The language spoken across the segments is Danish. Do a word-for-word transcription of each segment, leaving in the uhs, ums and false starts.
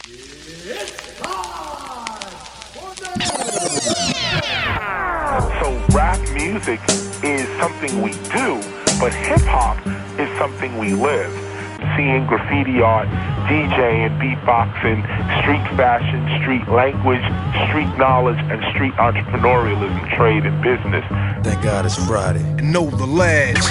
So rap music is something we do, but hip-hop is something we live. Seeing graffiti art, DJing, beatboxing, street fashion, street language, street knowledge, and street entrepreneurialism, trade and business. Thank God it's Friday. And know the lads.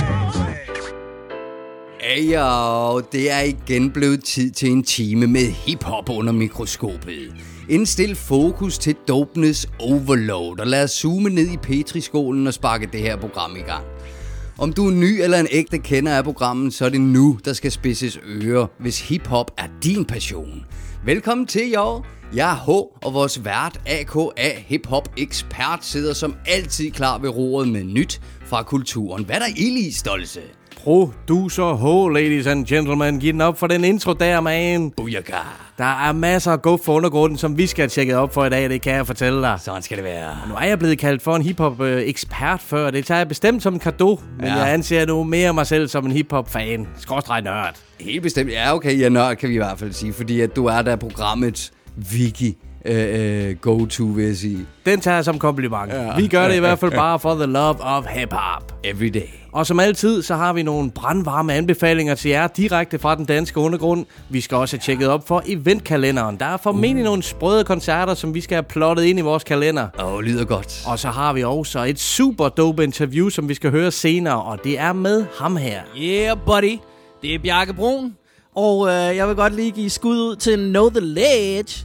Hey yo, det er igen blevet tid til en time med hiphop under mikroskopet. Indstil fokus til dopeness overload, og lad os zoome ned i petriskålen og sparke det her program i gang. Om du er ny eller en ægte kender af programmet, så er det nu, der skal spidses ører, hvis hiphop er din passion. Velkommen til, jo. Jeg er H, og vores vært A K A hiphop-ekspert sidder som altid klar ved roret med nyt fra kulturen. Hvad er der ild i, Stolse? Producer H, ladies and gentlemen. Giv den op for den intro der, man. Booyaka. Der er masser af guf for undergrunden, som vi skal have tjekket op for i dag, det kan jeg fortælle dig. Sådan skal det være. Og nu er jeg blevet kaldt for en hiphop-ekspert før. Det tager jeg bestemt som en cadeau, men ja. Jeg anser nu mere mig selv som en hiphop-fan. Skråstreg nørd. Helt bestemt. Ja, okay, ja, nørd kan vi i hvert fald sige, fordi at du er der programmets wiki. Uh, uh, go-to, vil jeg sige. Den tager jeg som kompliment. Ja. Vi gør det i hvert fald bare for the love of hip-hop. Every day. Og som altid, så har vi nogle brandvarme anbefalinger til jer direkte fra den danske undergrund. Vi skal også have tjekket op for eventkalenderen. Der er formentlig uh. nogle sprøde koncerter, som vi skal have plottet ind i vores kalender. Åh, oh, lyder godt. Og så har vi også et super dope interview, som vi skal høre senere, og det er med ham her. Yeah, buddy. Det er Bjarke Brun. Og øh, jeg vil godt lige give skud ud til Know the Ledge.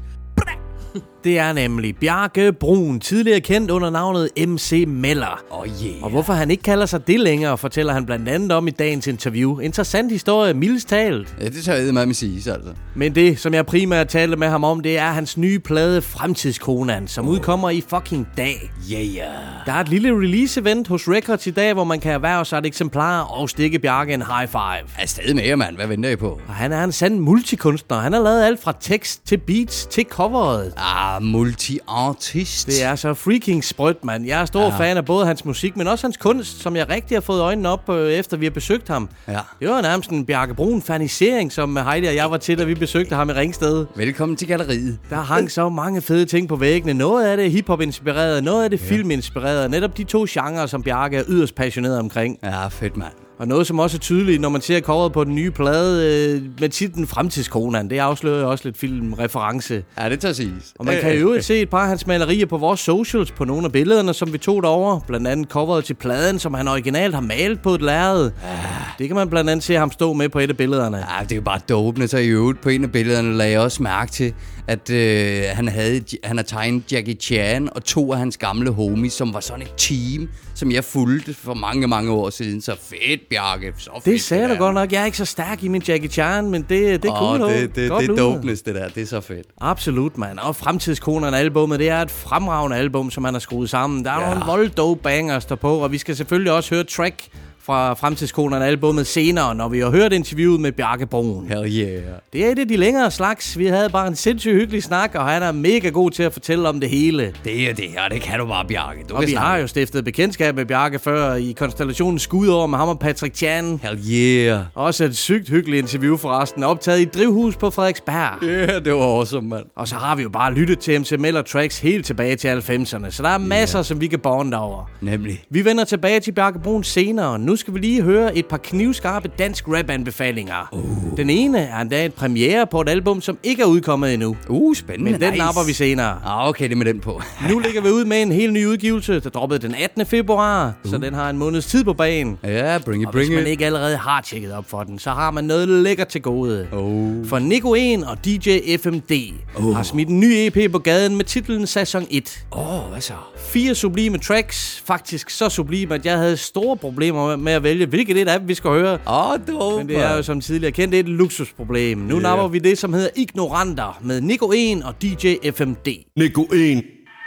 Det er nemlig Bjarke Brun, tidligere kendt under navnet M C Meller. Oh yeah. Og hvorfor han ikke kalder sig det længere, fortæller han blandt andet om i dagens interview. Interessant historie, mildest talt. Ja, det tør jeg med mig sige, altså. Men det, som jeg primært talte med ham om, det er hans nye plade Fremtidskonan, som oh. udkommer i fucking dag. Yeah, yeah. Der er et lille release-event hos Records i dag, hvor man kan erhverve sig et eksemplar og stikke Bjarke en high five. Jeg er stadig med jer, mand. Hvad venter I på? Og han er en sand multikunstner. Han har lavet alt fra tekst til beats til coveret. Ah, multi-artist. Det er så freaking sprødt, mand. Jeg er stor ja. fan af både hans musik, men også hans kunst, som jeg rigtig har fået øjnene op, øh, efter vi har besøgt ham. Ja. Det var nærmest en Bjarke Brun-fanisering, som Heidi og jeg var til, da vi besøgte ham i Ringsted. Velkommen til galleriet. Der hang så mange fede ting på væggene. Noget af det hiphop-inspireret, noget af det ja. film-inspireret. Netop de to genrer, som Bjarke er yderst passioneret omkring. Ja, fedt, mand. Og noget, som også er tydeligt, når man ser coveret på den nye plade øh, med titlen Fremtidskonan. Det afslører også lidt filmreference. Ja, det tager siges. Og man kan jo se et par af hans malerier på vores socials på nogle af billederne, som vi tog derover. Blandt andet coveret til pladen, som han originalt har malet på et lærred. Ja. Det kan man blandt andet se ham stå med på et af billederne. Ja, det er jo bare dope. Så i øvrigt på en af billederne lagde jeg også mærke til, at øh, han, havde, han har tegnet Jackie Chan og to af hans gamle homies, som var sådan et team, som jeg fulgte for mange, mange år siden. Så fedt, Bjarke. Så fedt, det sagde du godt nok. Jeg er ikke så stærk i min Jackie Chan, men det, det er cool. Oh, det, det, det er dopeness, det der. Det er så fedt. Absolut, mand. Og Fremtidskonan-albummet, det er et fremragende album, som han har skruet sammen. Der er ja. nogle volddope bangers der på, og vi skal selvfølgelig også høre track fra Fremtidskonan-albummet senere, når vi har hørt interviewet med Bjarke Brun. Hell yeah. Det er et af de længere slags. Vi havde bare en sindssygt hyggelig snak, og han er mega god til at fortælle om det hele. Det er det her, det kan du bare, Bjarke. Du og vi snakke. har jo stiftet bekendtskab med Bjarke før i konstellationen Skudår med ham og Patrick Chan. Hell yeah. Også et sygt hyggeligt interview forresten, optaget i et drivhus på Frederiksberg. Ja, yeah, det var awesome, mand. Og så har vi jo bare lyttet til M C Meller tracks helt tilbage til halvfemserne, så der er masser, yeah. som vi kan bonde over. Nemlig. Vi vender tilbage til Bjarke Brun senere. Nu skal vi lige høre et par knivskarpe dansk rap-anbefalinger. Uh. Den ene er endda et premiere på et album, som ikke er udkommet endnu. Uh, spændende. Men den nice. napper vi senere. Ah, okay, det er med den på. Nu ligger vi ud med en helt ny udgivelse, der droppede den attende februar, uh. så den har en måneds tid på banen. Ja, yeah, bring it, og bring it. hvis man ikke allerede har tjekket op for den, så har man noget lækkert til gode. Uh. For Nico en og D J F M D uh. har smidt en ny E P på gaden med titlen Sæson et. Åh, oh, hvad så? Fire sublime tracks, faktisk så sublime, at jeg havde store problemer med at vælge, hvilket det er, vi skal høre. Åh, oh, dope. Men det er jo som tidligere kendt, det er et luksusproblem. Nu yeah. napper vi det, som hedder Ignoranter med Nico en og D J F M D. Nico en.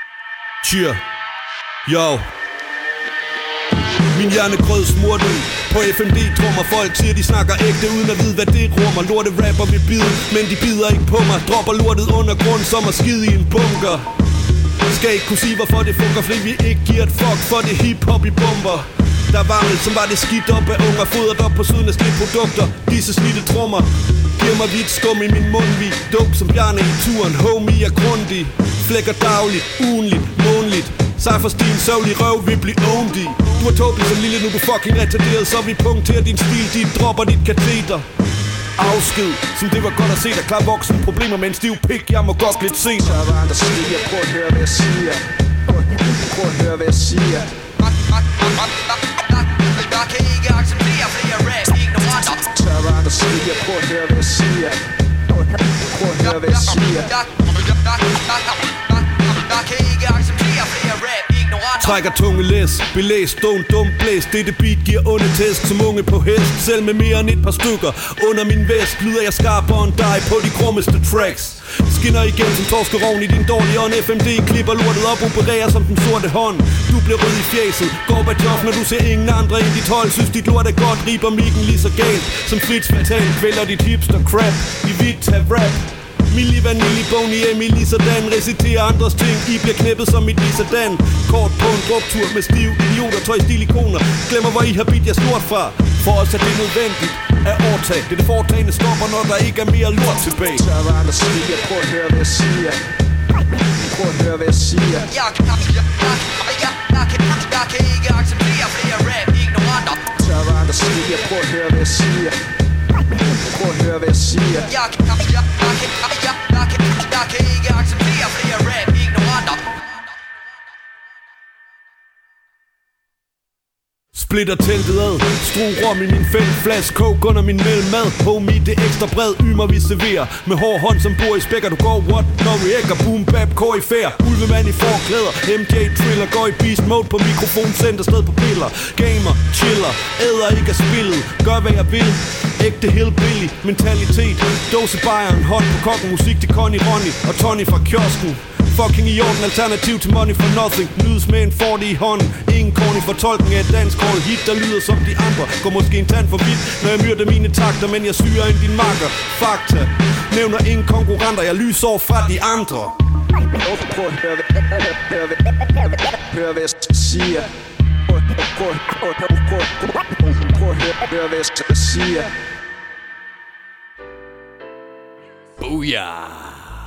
Cheer. Yo. Min hjerne grød smurt ud. På F M D-trummer folk siger de snakker ægte uden at vide hvad det rummer. Lorte rapper vil bide, men de bider ikke på mig. Dropper lortet under grund som at skide i en bunker. Skal ikke kunne sige hvorfor det funker, fordi vi ikke giver et fuck for det hiphop i bomber. Der var vel som var det skidt op af unger, fodret op på syden af skidtprodukter. Disse slitte trummer. Giver mig hvidt skum i min mundvig. Dope som Bjarne i turen, homie er grundig. Flækker dagligt, ugenligt, månedligt. Cypher-stil, sørgelig røv, vi bliver owned i. Du er tåbelig som lille, nu du fucking retarderet. Så vi punkterer din stil, de dropper dit kateter. Afsked, som det var godt at se dig. Klar voksen, problemer med en stiv pik. Jeg må godt lidt se. Så er der andre siger, prøv at høre hvad jeg siger. Prøv at høre hvad jeg siger. Jeg kan ikke acceptere flere rap, ignoranter. Så er der andre siger, prøv at høre hvad jeg siger. Prøv at høre hvad jeg siger. Jeg kan ikke acceptere flere rap, ignoranter. Trækker tunge læs, belæst, stone, dum, blæs. Dette beat giver onde tæsk som unge på hest. Selv med mere end et par stykker under min vest lyder jeg skarpere end dig på de krummeste tracks. Skinner igen som torskerovn i din dårlige ånd. F M D klipper lortet op, opererer som den sorte hånd. Du bliver rød i fjæset, Gorbachev, når du ser ingen andre end dit hold. Synes dit lort er godt, riber mikken lige så galt som Fritz Vital, kvælder dit hipster crap. I hvidt have rap. Milli Vanilli, Boney, Emily, sådan reciterer andres ting. I bliver knippet som mit Lisadan. Kort på en druktur med stiv idioter, tøj, stil, ikoner. Glemmer hvor I har bidt jer stort fra. For os er det nødvendigt at overtage. Det er det foretagende stopper, når der ikke er mere lort tilbage. Så er der andre siger, prøv at høre hvad jeg siger. Prøv at høre hvad jeg siger. Jeg kan ikke acceptere flere rap, ignoranter. Så er der andre siger, prøv at høre hvad jeg siger. Prøv at høre hvad jeg siger. Jeg kan ikke acceptere flere rap, ignoranter. Splitter teltet ad, stro rom i min fælde, flask coke under min mellemad. Homie, det ekstra bred, ymer vi serverer. Med hård hånd som bor i spækker, du går what? Når vi ægger, boom, bap, kår i færd. Ulvemand i forklæder, M J Triller, går i beast mode på mikrofon, sender sted på piller. Gamer, chiller, æder ikke af spillet, gør hvad jeg vil. Ægte hillbilly, mentalitet. Dose Bayern, hånd på kokken, musik til Connie, Ronny og Tony fra kiosken. Fucking i orden, alternativ til money for nothing. Lydes med en forty i hånden. Ingen corny fortolkning af et dansk call hit, der lyder som de andre. Går måske en tand for vidt, når jeg myrder mine takter, men jeg syrer ind din makker. Fakta, nævner ingen konkurrenter, jeg lyser over fra de andre. Prøv at høre hvad jeg siger. Prøv at høre hvad jeg siger. Booyah!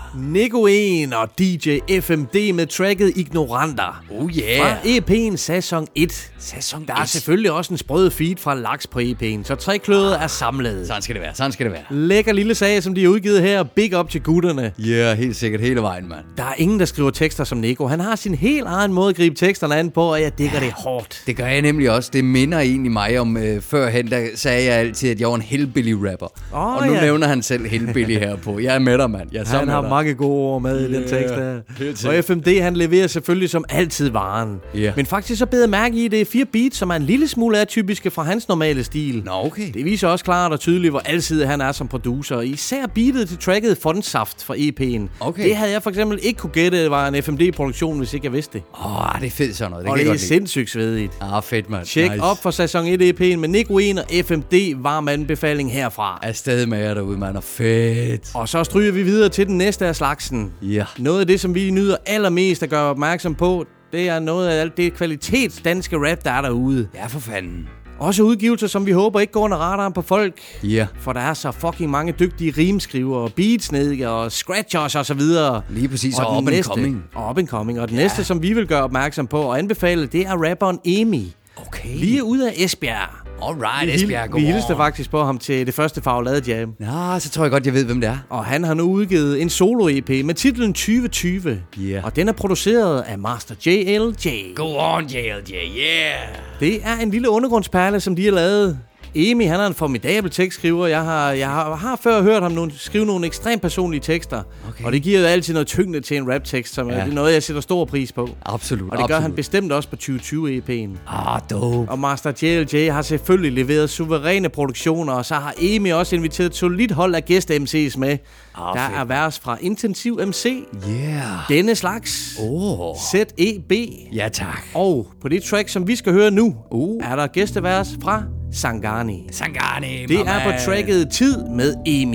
Nicoen og D J F M D med tracket Ignoranter. Oh yeah. Fra E P'en Sæson et. Sæson Der er selvfølgelig også en sprød feed fra Laks på E P'en, så tre kløder er samlet. Sådan skal det være, sådan skal det være. Lækker lille sag, som de har udgivet her. Big up til gutterne. Ja, yeah, helt sikkert hele vejen, mand. Der er ingen, der skriver tekster som Nico. Han har sin helt egen måde at gribe teksterne an på, og jeg digger det hårdt. Det gør jeg nemlig også. Det minder egentlig mig om øh, førhen, der sagde jeg altid, at jeg var en hillbilly-rapper. Oh, og nu ja. nævner han selv hillbilly her på. Jeg er med dig, mand. Jeg er Han har mange gode ord med yeah, i den tekst der. Og F M D, han leverer selvfølgelig som altid varen. Yeah. Men faktisk så beder jeg mærke i, det er fire beats, som er en lille smule atypiske fra hans normale stil. Nå, okay. Det viser også klart og tydeligt, hvor alsidig han er som producer. Især beatet til tracket Fondsaft fra E P'en. Okay. Det havde jeg for eksempel ikke kunne gætte, det var en F M D-produktion, hvis ikke jeg vidste det. Åh, oh, det er fedt sådan noget. Det og kan det jeg er godt sindssygt svedigt. Ah, fedt, mand. Tjek nice. op for sæson et E P'en med Nicoen og F M D, varm anbefaling herfra. Afsted med jer derude, mand. Og fedt. Og så stryger vi videre til den næste af slagsen. Ja. Noget af det, som vi nyder allermest at gøre opmærksom på, det er noget af alt det kvalitets danske rap, der er derude. Ja, for fanden. Også udgivelser, som vi håber ikke går under radaren på folk. Ja. For der er så fucking mange dygtige rimskrivere, beatsnedikere og scratchers og så videre. Lige præcis, og, og up den and coming. Og up and coming. Og den Ja. næste, som vi vil gøre opmærksom på og anbefale, det er rapperen Emi. Okay. Vi er ude af Esbjerg. Alright, Vi, Esbjerg, hil- god vi hilste morgen. faktisk på ham til det første Faglade Jam. Nå, så tror jeg godt, jeg ved, hvem det er. Og han har nu udgivet en solo-E P med titlen tyve tyve. Ja. Og den er produceret af Master J L J. Go on, J L J, yeah. Det er en lille undergrundsperle, som de har lavet. Emi, han er en formidabel tekstskriver. Jeg har, jeg har, har før hørt ham nogle, skrive nogle ekstremt personlige tekster. Okay. Og det giver jo altid noget tyngde til en raptekst, som ja. er, det er noget, jeg sætter stor pris på. Absolut, Og det gør absolut. han bestemt også på tyve tyve E P'en. Ah, dope. Og Master J L J har selvfølgelig leveret suveræne produktioner, og så har Emi også inviteret et solidt hold af gæst-M C's med. Ah, Der fedt. er vers fra Intensiv M C, Yeah. denne slags, Oh. Z E B, Ja, tak. og på det track, som vi skal høre nu, Uh. er der gæstevers fra Sangani. Sangani, Det er på tracket Tid med Emi.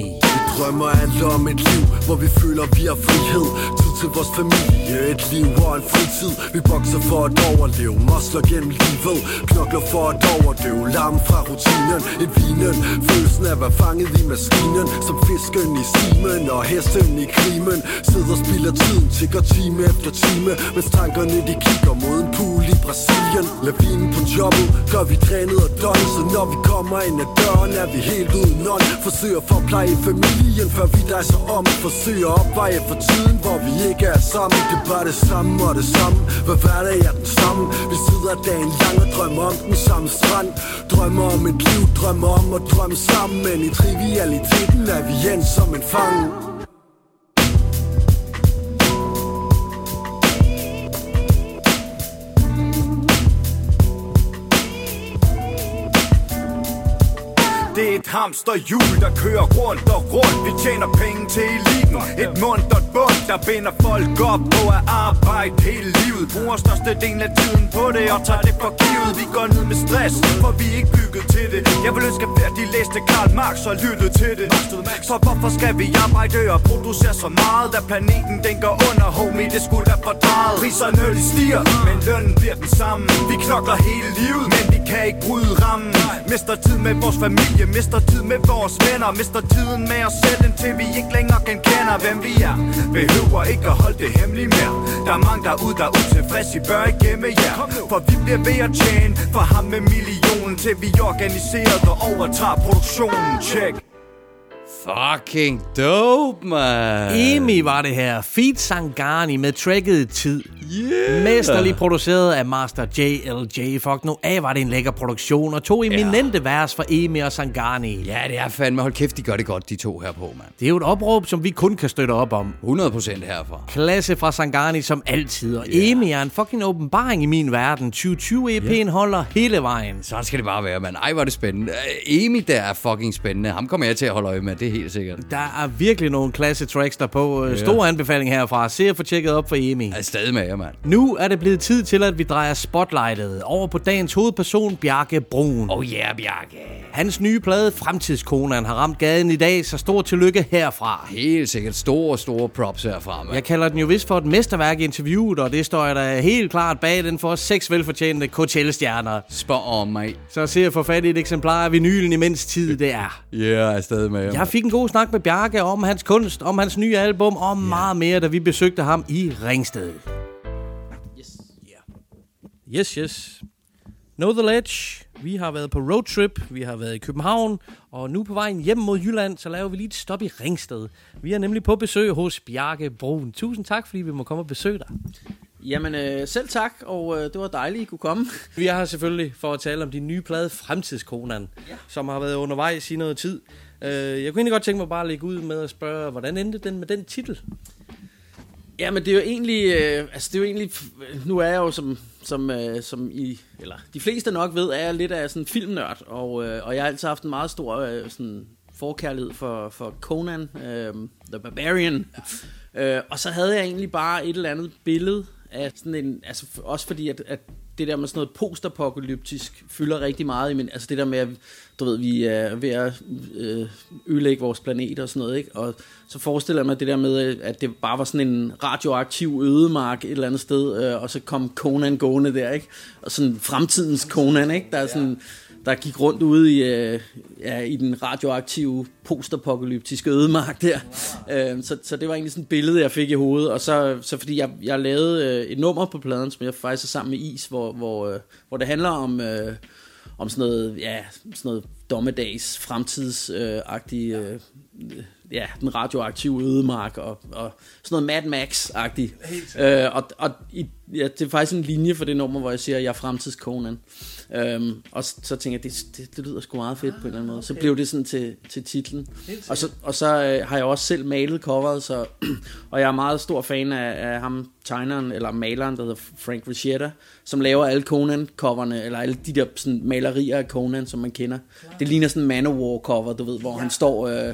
Drømmer alt om et liv, hvor vi føler vi har frihed. Tid til vores familie, et liv og en fritid. Vi bokser for at overleve, mosler gennem livet. Knokler for at overdøve, larm fra rutinen. En vinen, følelsen af at være fanget i maskinen. Som fisken i stimen og hesten i krimen. Sidder og spilder tiden, tigger time efter time. Mens tankerne de kigger mod en pool i Brasilien. Lavinen på jobbet, gør vi drænet og døgnet. Så når vi kommer ind ad døren, er vi helt uden ånd. Forsøger for at pleje familien, før vi dejser om. Forsøger at opveje for tiden, hvor vi ikke er sammen. Det er bare det samme og det samme. Hver hverdag er den samme. Vi sidder dagen lang og drømmer om den samme strand. Drømmer om et liv, drømmer om at drømme sammen. Men i trivialiteten er vi endt som en fange. Det er et hamsterhjul, der kører rundt og rundt. Vi tjener penge til eliten. Et muntert bund, der binder folk op på at arbejde hele livet. Bruger største del af tiden på det og tager det for givet. Vi går ned med stress, for vi er ikke bygget til det. Jeg vil ønske, at de læste Karl Marx og lyttede til det. For hvorfor skal vi arbejde og producere så meget, da planeten den går under? Homie, det skulle da fordrejet. Priserne de stiger, men lønnen bliver den samme. Vi knokler hele livet, men vi kan ikke bryde rammen. Mister tid med vores familie, mister tid med vores venner, mister tiden med os selv, indtil vi ikke længere genkender, hvem vi er. Behøver ikke at holde det hemmeligt mere. Der er mange derude, der er utilfreds, I bør ikke gemme jer. For vi bliver ved at tjene for ham med millionen, til vi organiserer og overtager produktionen. Check. Fucking dope, man. Emi var det her. Feat Sangani med tracket Tid. Yeah. Mesterligt produceret af Master J L J. Fuck nu af, var det en lækker produktion. Og to eminente ja. vers fra Emi og Sangani. Ja, det er fandme. Hold kæft, de gør det godt, de to her på, mand. Det er jo et opråb, som vi kun kan støtte op om. hundrede procent herfra. Klasse fra Sangani som altid. Og yeah. Emi er en fucking åbenbaring i min verden. tyve tyve E P'en yeah. holder hele vejen. Sådan skal det bare være, mand. Ej, hvor er det spændende. Emi, der er fucking spændende. Ham kommer jeg til at holde øje med, det er helt sikkert. Der er virkelig nogle klasse tracks der på. Yeah. Stor anbefaling herfra. Se at få tjekket op for Emi. Jeg er stadig med jer, mand. Nu er det blevet tid til, at vi drejer spotlightet over på dagens hovedperson, Bjarke Brun. Oh yeah, Bjarke. Hans nye plade, Fremtidskonaen, har ramt gaden i dag, så stor tillykke herfra. Helt sikkert. Store, store props herfra, man. Jeg kalder den jo vist for et mesterværk i interviewet, og det står jeg da helt klart bag den for seks velfortjente Coachella-stjerner. Spot on, mig. Så se at få fat i et eksemplar af vinylen, imens tid det er. Ja, yeah, jeg er stadig med jer. Jeg fik en god snak med Bjarke om hans kunst, om hans nye album, og yeah. meget mere, da vi besøgte ham i Ringsted. Yes, yes. Know the Ledge. Vi har været på roadtrip, vi har været i København, og nu på vejen hjem mod Jylland, så laver vi lige et stop i Ringsted. Vi er nemlig på besøg hos Bjarke Brun. Tusind tak, fordi vi må komme og besøge dig. Jamen, øh, selv tak, og øh, det var dejligt, at I kunne komme. Vi er her selvfølgelig for at tale om din nye plade, Fremtidskonaen, ja. som har været undervejs i noget tid. Uh, jeg kunne egentlig godt tænke mig bare at lægge ud med at spørge, hvordan endte den med den titel? Ja, men det er jo egentlig, øh, altså det er jo egentlig, nu er jeg jo som, som, øh, som I, eller de fleste nok ved, er jeg lidt af sådan en filmnørd, og, øh, og jeg har altid haft en meget stor øh, sådan forkærlighed for, for Conan, øh, The Barbarian, ja. øh, og så havde jeg egentlig bare et eller andet billede af sådan en, altså også fordi at, at det der med sådan noget postapokalyptisk fylder rigtig meget i min, altså det der med, at du ved, vi er ved at øh, ødelægge vores planet og sådan noget, ikke? Og så forestiller jeg mig det der med, at det bare var sådan en radioaktiv ødemark et eller andet sted, øh, og så kom Conan gående der, ikke? Og sådan fremtidens Conan, ikke? Der er sådan, der gik rundt ude i, øh, ja, i den radioaktive postapokalyptiske ødemark der. Wow. Øh, så, så det var egentlig sådan et billede, jeg fik i hovedet. Og så, så fordi jeg, jeg lavede øh, et nummer på pladen, som jeg faktisk er sammen med Is, hvor, hvor, øh, hvor det handler om, øh, om sådan noget, ja, sådan noget dommedags, fremtidsagtige, øh, ja, den radioaktive ødemark, og, og sådan noget Mad Max-agtigt. Øh, og og i, ja, det er faktisk en linje for det nummer, hvor jeg siger, at jeg er fremtids-Conan. Um, og så, så tænker jeg, det, det, det lyder sgu meget fedt på en eller anden måde. Så blev det sådan til, til titlen. Og så, og så øh, har jeg også selv malet coveret, så, og jeg er meget stor fan af, af ham, tegneren, eller maleren, der hedder Frank Riccietta, som laver alle Conan-coverne, eller alle de der sådan, malerier af Conan, som man kender. Det ligner sådan en Manowar-cover, du ved, hvor ja. han står... Øh,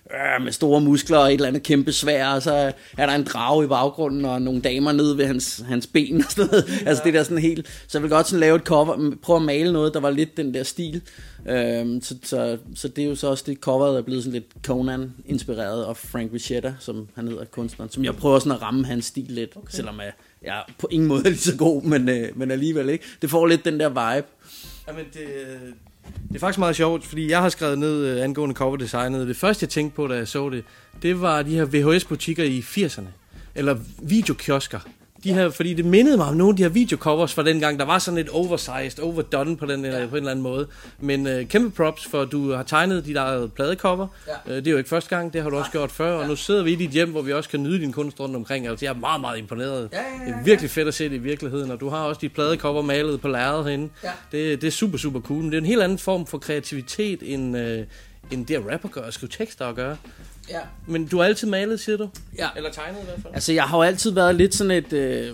øh, med store muskler og et eller andet kæmpe sværd, og så er der en drage i baggrunden, og nogle damer nede ved hans, hans ben og sådan noget. Ja. Altså det der sådan helt... Så jeg vil godt sådan lave et cover, prøve at male noget, der var lidt den der stil. Øhm, så, så, så det er jo så også det, coveret er blevet sådan lidt Conan-inspireret, og Frank Vichetta, som han hedder, kunstneren, som jeg prøver sådan at ramme hans stil lidt, okay. Selvom jeg, jeg er på ingen måde lige så god, men, øh, men alligevel ikke. Det får lidt den der vibe. Jamen det... Det er faktisk meget sjovt, fordi jeg har skrevet ned uh, angående coverdesignet. Det første, jeg tænkte på, da jeg så det, det var de her V H S-butikker i firserne. Eller videokiosker. De her, fordi det mindede mig om nogle af de her videocovers fra dengang. Der var sådan lidt oversized, overdone på, den, ja. på en eller anden måde. Men uh, kæmpe props for, at du har tegnet dit eget pladecover. Ja. Uh, det er jo ikke første gang, det har du også gjort før. Og nu sidder vi i dit hjem, hvor vi også kan nyde din kunst rundt omkring. Altså, jeg er meget, meget imponeret. Ja, ja, ja, ja. Det er virkelig fedt at se det i virkeligheden. Og du har også dit pladecover malet på lærredet herinde. Ja. Det, det er super, super cool. Men det er en helt anden form for kreativitet, end, uh, end det at rapper gør og skrive tekster at gøre. Ja. Men du har altid malet, siger du? Ja. Eller tegnet i hvert fald? Altså, jeg har jo altid været lidt sådan et... Øh, øh,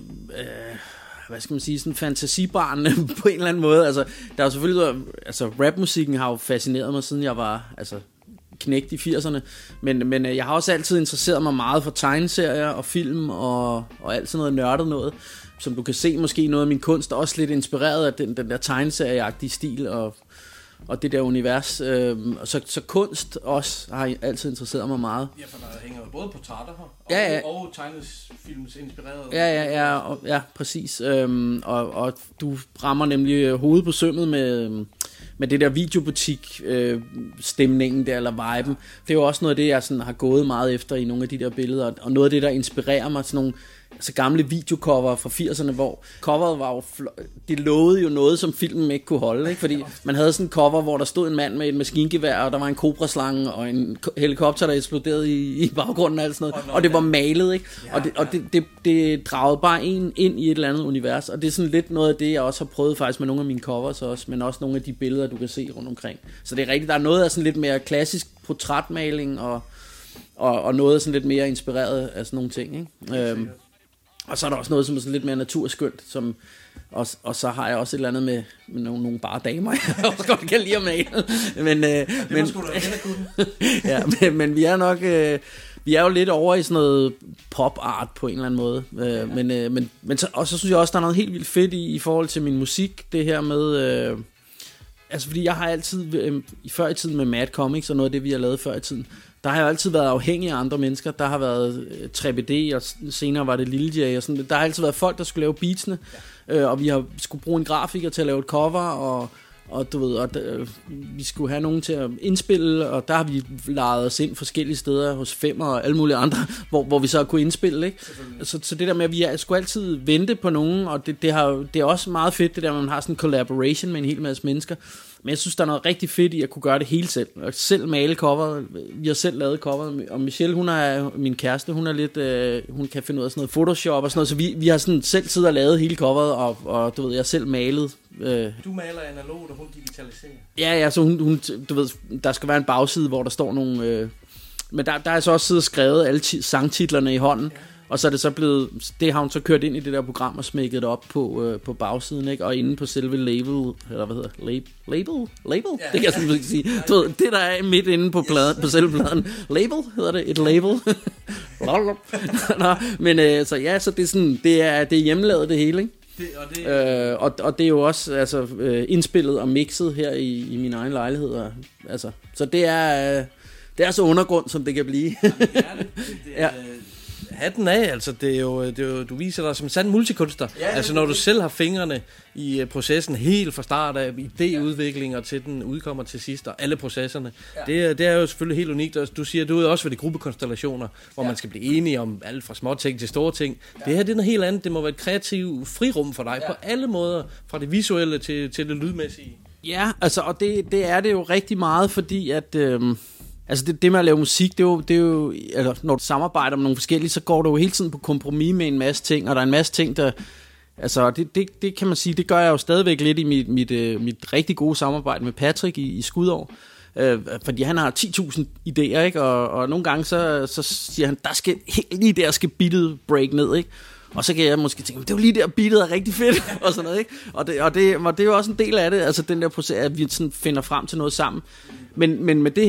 hvad skal man sige, sådan fantasibarn på en eller anden måde. Altså, der er jo selvfølgelig... Altså, rapmusikken har jo fascineret mig, siden jeg var... Altså, knægt i firserne. Men, men jeg har også altid interesseret mig meget for tegneserier og film og, og alt sådan noget nørdet noget. Som du kan se, måske noget af min kunst er også lidt inspireret af den, den der tegneserieagtige stil og... og det der univers, øh, og så, så kunst også har altid interesseret mig meget. Ja, for der hænger jo både portrætter her, og, ja, ja. og tegnesfilms inspireret. Ja, ja, ja, og, ja præcis. Øhm, og, og du rammer nemlig hovedet på sømmet med, med det der videobutik øh, stemningen der, eller viben. Det er jo også noget af det, jeg sådan har gået meget efter i nogle af de der billeder, og noget af det, der inspirerer mig, sådan nogle altså gamle videocover fra firserne, hvor coveret var jo fl- det lovede jo noget, som filmen ikke kunne holde, ikke? Fordi man havde sådan en cover, hvor der stod en mand med et maskingevær, og der var en kobraslange og en helikopter, der eksploderede i, i baggrunden og alt sådan noget, og det var malet, ikke? Og det, og det, det, det dragede bare en ind i et eller andet univers, og det er sådan lidt noget af det, jeg også har prøvet faktisk med nogle af mine covers også, men også nogle af de billeder, du kan se rundt omkring. Så det er rigtigt, der er noget af sådan lidt mere klassisk portrætmaling, og, og, og noget sådan lidt mere inspireret af sådan nogle ting, ikke? Øhm, Og så er der også noget, som er sådan lidt mere naturskønt, som, og, og så har jeg også et eller andet med, med nogle, nogle bare damer, jeg også godt kan lide at male. Men, øh, ja, det men, sgu da ja, men, men vi er nok, øh, vi er jo lidt over i sådan noget pop-art på en eller anden måde. Øh, ja. Men, øh, men, men så, og så synes jeg også, der er noget helt vildt fedt i, i forhold til min musik, det her med... Øh, altså fordi jeg har altid, øh, før i tiden med Mad Comics og noget af det, vi har lavet før i tiden, der har jeg altid været afhængig af andre mennesker. Der har været tre B D, og senere var det Lil J og sådan. Der har altid været folk, der skulle lave beatsene, ja. øh, og vi har skulle bruge en grafiker til at lave et cover, og, og du ved, og øh, vi skulle have nogen til at indspille, og der har vi lejet os ind forskellige steder hos Femmer og alle mulige andre, hvor, hvor vi så kunne indspille, ikke? Så, så det der med, at vi skulle altid vente på nogen, og det, det, har, det er også meget fedt, det der, at man har sådan en collaboration med en hel masse mennesker. Men jeg synes, der er noget rigtig fedt i at kunne gøre det hele selv. Og selv male coveret. Vi har selv lavet coveret. Og Michelle, hun er min kæreste, hun er lidt, øh, hun kan finde ud af sådan noget Photoshop og sådan noget. Så vi, vi har sådan selv siddet og lavet hele coveret, og, og du ved, jeg har selv malet. Øh. Du maler analogt, og hun digitaliserer. Ja, ja, så hun, hun, du ved, der skal være en bagside, hvor der står nogle... Øh, men der, der er så også siddet og skrevet alle ti- sangtitlerne i hånden. Ja. Og så er det så blevet, det har hun så kørt ind i det der program og smækket det op på, øh, på bagsiden, ikke? Og inde på selve label, eller hvad hedder label? Label? Label? Ja, det kan jeg simpelthen ikke sige. Ja, du ved, det der er midt inde på, pladen, på selve pladen. Label hedder det, et label. Nå, men øh, så ja, så det er sådan, det er, det er hjemmelavet det hele, ikke? Det, og, det... Øh, og, og det er jo også altså, øh, indspillet og mixet her i, i min egen lejlighed. Og, altså, så det er, øh, det er så undergrund, som det kan blive. Jamen, det er det. det, det er, ja. Hatten af, altså det er, jo, det er jo, du viser dig som en sand multikunstner. Ja, altså når du selv har fingrene i processen helt fra start af idéudvikling og til den udkommer til sidst, og alle processerne. Ja. Det, det er jo selvfølgelig helt unikt. Du siger, du er også ved de gruppekonstellationer, hvor ja. man skal blive enige om alt fra små ting til store ting. Ja. Det her det er noget helt andet. Det må være et kreativt frirum for dig ja. på alle måder, fra det visuelle til, til det lydmæssige. Ja, altså og det, det er det jo rigtig meget, fordi at... Øhm Altså det, det med at lave musik, det er jo, det er jo altså når du samarbejder med nogle forskellige, så går du jo hele tiden på kompromis med en masse ting, og der er en masse ting, der, altså det, det, det kan man sige, det gør jeg jo stadigvæk lidt i mit, mit, mit rigtig gode samarbejde med Patrick i, i Skudår, øh, fordi han har ti tusind idéer, ikke, og, og nogle gange så, så siger han, der skal, lige der skal beatet break ned, ikke, og så kan jeg måske tænke, det er jo lige der, beatet er rigtig fedt, og sådan noget, ikke, og det, og, det, og det er jo også en del af det, altså den der proces, at vi sådan finder frem til noget sammen, men, men med det her,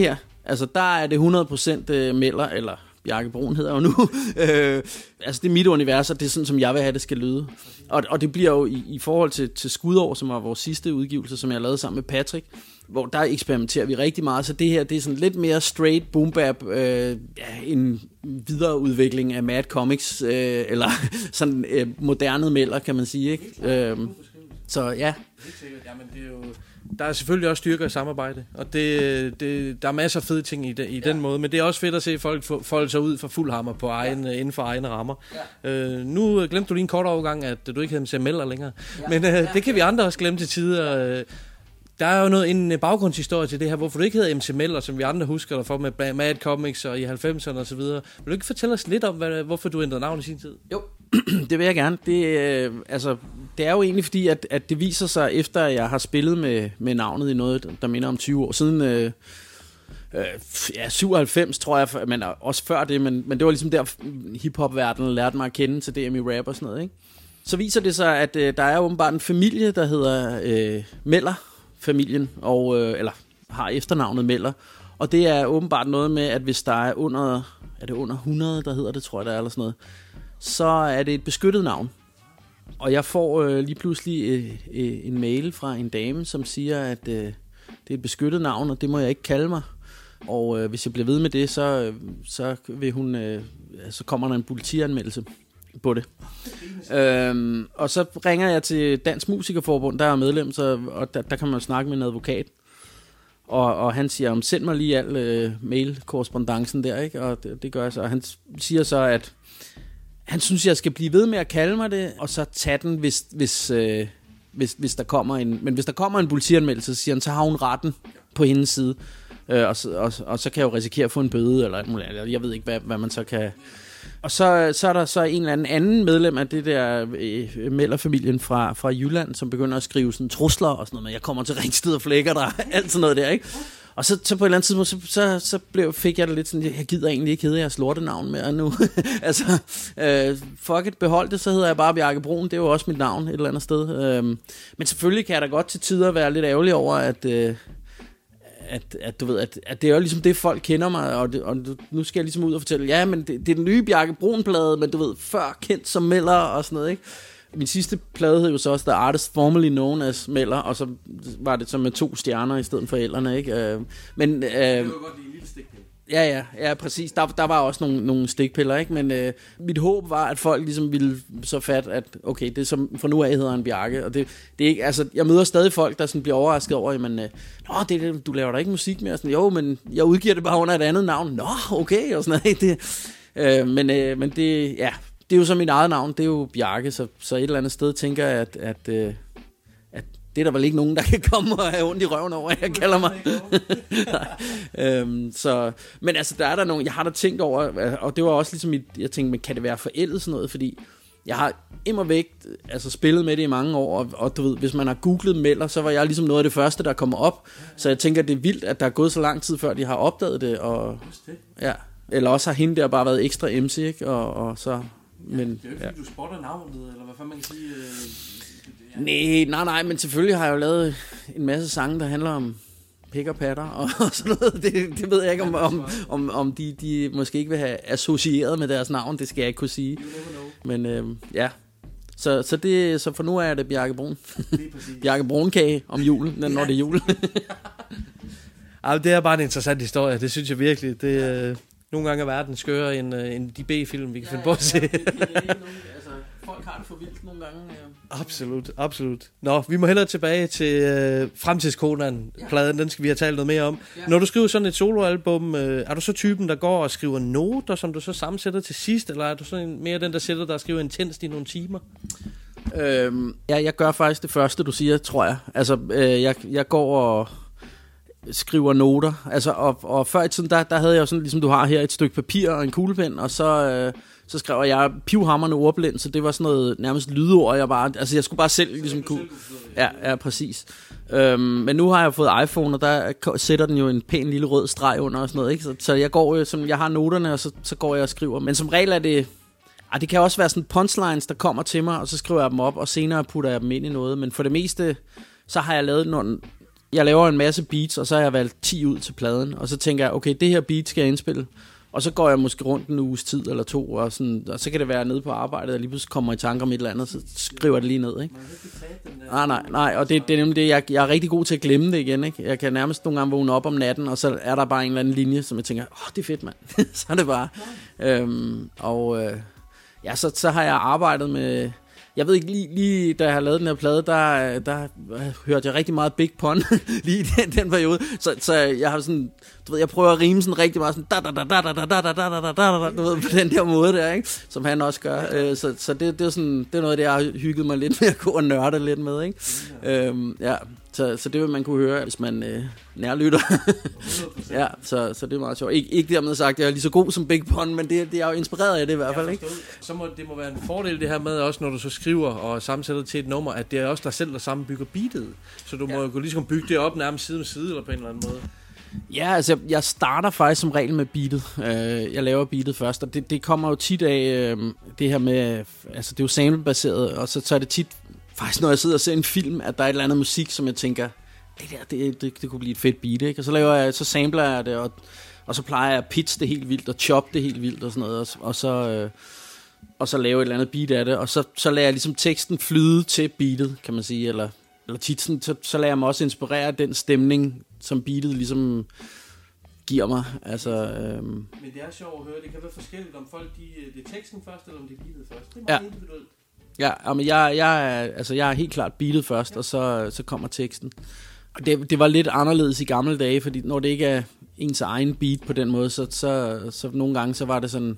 Altså, der er det hundrede procent øh, Melder, eller Bjarke Brun hedder jo nu. øh, altså, det er mit univers, og det er sådan, som jeg vil have, det skal lyde. Og, og det bliver jo i, i forhold til, til Skudår, som var vores sidste udgivelse, som jeg lavede sammen med Patrick, hvor der eksperimenterer vi rigtig meget. Så det her, det er sådan lidt mere straight boom bap, øh, ja, en videreudvikling af Mad Comics, øh, eller sådan øh, moderne Melder, kan man sige, ikke? Øh, så ja. Jamen, det er jo... Der er selvfølgelig også styrker i samarbejde, og det, det, der er masser af fede ting i, de, i den ja. måde, men det er også fedt at se folk folde sig ud for fuld hammer på egen, ja. inden for egne rammer. Ja. Øh, nu glemte du lige en kort overgang, at du ikke hedder M C Melder længere, ja. men øh, det kan vi andre også glemme til tider. Der er jo noget, en baggrundshistorie til det her, hvorfor du ikke hedder M C Melder, som vi andre husker dig for med Mad Comics og i halvfemserne og så videre. Vil du ikke fortælle os lidt om, hvad, hvorfor du ændrede navn i sin tid? Jo, det vil jeg gerne. Det, øh, altså, det er jo egentlig fordi, at, at det viser sig, efter jeg har spillet med, med navnet i noget, der minder om tyve år siden, øh, øh, ja, syvoghalvfems tror jeg, men også før det, men, men det var ligesom der hiphop-verdenen lærte mig at kende til D M I Rap og sådan noget, ikke? Så viser det sig, at øh, der er åbenbart en familie, der hedder øh, Melder, familien, og, øh, eller har efternavnet Melder, og det er åbenbart noget med, at hvis der er under, er det under hundrede, der hedder det, tror jeg, der er, eller sådan noget, så er det et beskyttet navn. Og jeg får øh, lige pludselig øh, øh, en mail fra en dame, som siger, at øh, det er et beskyttet navn, og det må jeg ikke kalde mig. Og øh, hvis jeg bliver ved med det, så, øh, så, vil hun, øh, så kommer der en politianmeldelse på det. Øhm, og så ringer jeg til Dansk Musikerforbund, der er medlem, så, og der, der kan man snakke med en advokat. Og, og han siger, send mig lige al øh, mail-korrespondancen der, ikke? Og det, det gør jeg så. Og han siger så, at han synes, jeg skal blive ved med at kalde mig det, og så tage den, hvis, hvis, øh, hvis, hvis der kommer en... Men hvis der kommer en politianmeldelse, så siger han, så har hun retten på hendes side. Øh, og, og, og så kan jeg jo risikere at få en bøde, eller et muligt. Jeg ved ikke, hvad, hvad man så kan... Og så, så er der så en eller anden anden medlem af det der øh, Melder-familien fra, fra Jylland, som begynder at skrive sådan trusler og sådan noget, men jeg kommer til Ringsted og flækker der, alt sådan noget der, ikke? Og så, så på et eller andet tidspunkt, så, så, så blev, fik jeg det lidt sådan, jeg gider egentlig ikke hedde jeres lortenavn mere nu. altså, øh, fuck it, behold det, så hedder jeg bare Bjarke Brun, det er jo også mit navn et eller andet sted. Øh, men selvfølgelig kan jeg da godt til tider være lidt ærgerlig over, at... Øh, At, at du ved, at, at det er jo ligesom det, folk kender mig, og, det, og nu skal jeg ligesom ud og fortælle, ja, men det, det er den nye Bjarke Brun-plade, men du ved, før kendt som Melder og sådan noget, ikke? Min sidste plade hed jo så også The Artist Formerly Known as Melder, og så var det så med to stjerner i stedet for ældrene, ikke? Men... Øh, det var godt lige en lille stikpille. Ja, ja, ja, præcis. Der, der var også nogle, nogle stikpiller, ikke? Men øh, mit håb var, at folk ligesom ville så fat, at okay, det som for nu af hedder en Bjarke, og det, det er ikke, altså, jeg møder stadig folk, der sådan bliver overrasket over, jamen, øh, nå, det, det, du laver da ikke musik mere, sådan, jo, men jeg udgiver det bare under et andet navn, nå, okay, og sådan noget, det, øh, men, øh, men det, ja, det er jo så mit eget navn, det er jo Bjarke, så, så et eller andet sted tænker jeg, at, at, øh, at det er der vel ikke nogen, der kan komme og have ondt i røven over, jeg kalder mig. øhm, så, men altså, der er der nogen, jeg har da tænkt over, og det var også ligesom, mit, jeg tænkte, men kan det være forældet sådan noget, fordi jeg har immer væk altså, spillet med det i mange år, og, og du ved, hvis man har googlet Melder, så var jeg ligesom noget af det første, der kommer op, så jeg tænker, det er vildt, at der er gået så lang tid, før de har opdaget det, og ja, eller også har hende der bare været ekstra M C, ikke, og, og så, men... Ja, det er jo ikke, fordi du spotter navnet, eller hvad fanden man kan sige... Øh Nej, nej, nej, men selvfølgelig har jeg jo lavet en masse sange, der handler om pik og patter og sådan noget. Det, det ved jeg ikke, om, om, om, om de, de måske ikke vil have associeret med deres navn. Det skal jeg ikke kunne sige. Men øh, ja, så, så, det, så for nu er det Bjarke Brun. Bjarke Brunkage om julen, når det er jul. Ej, det er bare en interessant historie, det synes jeg virkelig. Det, øh, nogle gange er verden skøre end, øh, end de B-film, vi kan ja, finde på at se. Ja, folk har det for vildt nogle gange. Ja. Absolut, absolut. Nå, vi må hellere tilbage til øh, Fremtidskonaen-pladen, den skal vi have talt noget mere om. Ja. Når du skriver sådan et soloalbum, øh, er du så typen, der går og skriver noter, som du så sammensætter til sidst, eller er du sådan mere den, der sætter der og skriver intenst i nogle timer? Øhm, ja, jeg gør faktisk det første, du siger, tror jeg. Altså, øh, jeg, jeg går og skriver noter. Altså, og, og før i tiden, der, der havde jeg jo sådan, ligesom du har her, et stykke papir og en kuglepen, og så... Øh, Så skrev jeg pivhamrende ordblind, så det var sådan noget nærmest lydord, jeg bare, altså jeg skulle bare selv ligesom kunne, ja, ja, præcis. Øhm, men nu har jeg fået iPhone, og der sætter den jo en pæn lille rød streg under og sådan noget, ikke? Så, så jeg går jo, som jeg har noterne, og så, så går jeg og skriver. Men som regel er det, ah, det kan også være sådan punchlines, der kommer til mig, og så skriver jeg dem op, og senere putter jeg dem ind i noget. Men for det meste, så har jeg lavet nogle, Jeg laver en masse beats, og så har jeg valgt ti ud til pladen. Og så tænker jeg, okay, det her beat skal jeg indspille. Og så går jeg måske rundt en uges tid eller to, og, sådan, og så kan det være nede på arbejdet, og lige pludselig kommer i tanker om et eller andet, så skriver jeg det lige ned, ikke? Nej, nej, nej, og det, det er nemlig det, jeg, jeg er rigtig god til at glemme det igen, ikke? Jeg kan nærmest nogle gange vågne op om natten, og så er der bare en eller anden linje, som jeg tænker, åh, det er fedt, mand. Så er det bare. Øhm, og øh, ja, så, så har jeg arbejdet med... Jeg ved ikke, lige, lige da jeg har lavet den her plade, der, der hørte jeg rigtig meget Big Pun lige i den, den periode. Så, så jeg har sådan, du ved, jeg prøver at rime sådan rigtig meget sådan da da da da da da da da da da da, du ved, på den der måde der, ikke? Som han også gør. Så, så det, det er sådan, det er noget, det jeg har hygget mig lidt med at gå og nørde lidt med, ikke? Øhm, ja. Så, så det vil man kunne høre, hvis man øh, nærlytter. Ja, så, så det er meget sjovt. Ik- ikke dermed sagt, at jeg er lige så god som Big Pun, men det, det er jo inspireret af det i hvert fald, ikke? Så må det må være en fordel det her med også, når du så skriver og sammensætter til et nummer, at det er også dig selv, der sammenbygger beatet. Så du må jo ja. ligesom bygge det op nærmest side om side, eller på en eller anden måde. Ja, altså jeg starter faktisk som regel med beatet. Jeg laver beatet først, og det, det kommer jo tit af det her med, altså det er jo samplebaseret, og så, så er det tit faktisk, når jeg sidder og ser en film, at der er et eller andet musik, som jeg tænker, det der, det, det, det kunne blive et fedt beat, ikke? Og så laver jeg, så sampler jeg det, og, og så plejer jeg at pitche det helt vildt, og chop det helt vildt, og sådan noget, og, og så... Øh, og så lave et eller andet beat af det, og så, så lader jeg ligesom teksten flyde til beatet, kan man sige, eller, eller tit sådan, så, så lader jeg mig også inspirere af den stemning, som beatet ligesom giver mig. Altså, øhm. Men det er sjovt at høre, det kan være forskelligt, om folk de, det er teksten først, eller om det er beatet først. Det er meget ja. individuelt. Ja, men jeg, jeg, er, altså, jeg er helt klart beatet først, ja. og så, så kommer teksten. Og det, det var lidt anderledes i gamle dage, fordi når det ikke er ens egen beat på den måde, så, så, så nogle gange så var det sådan...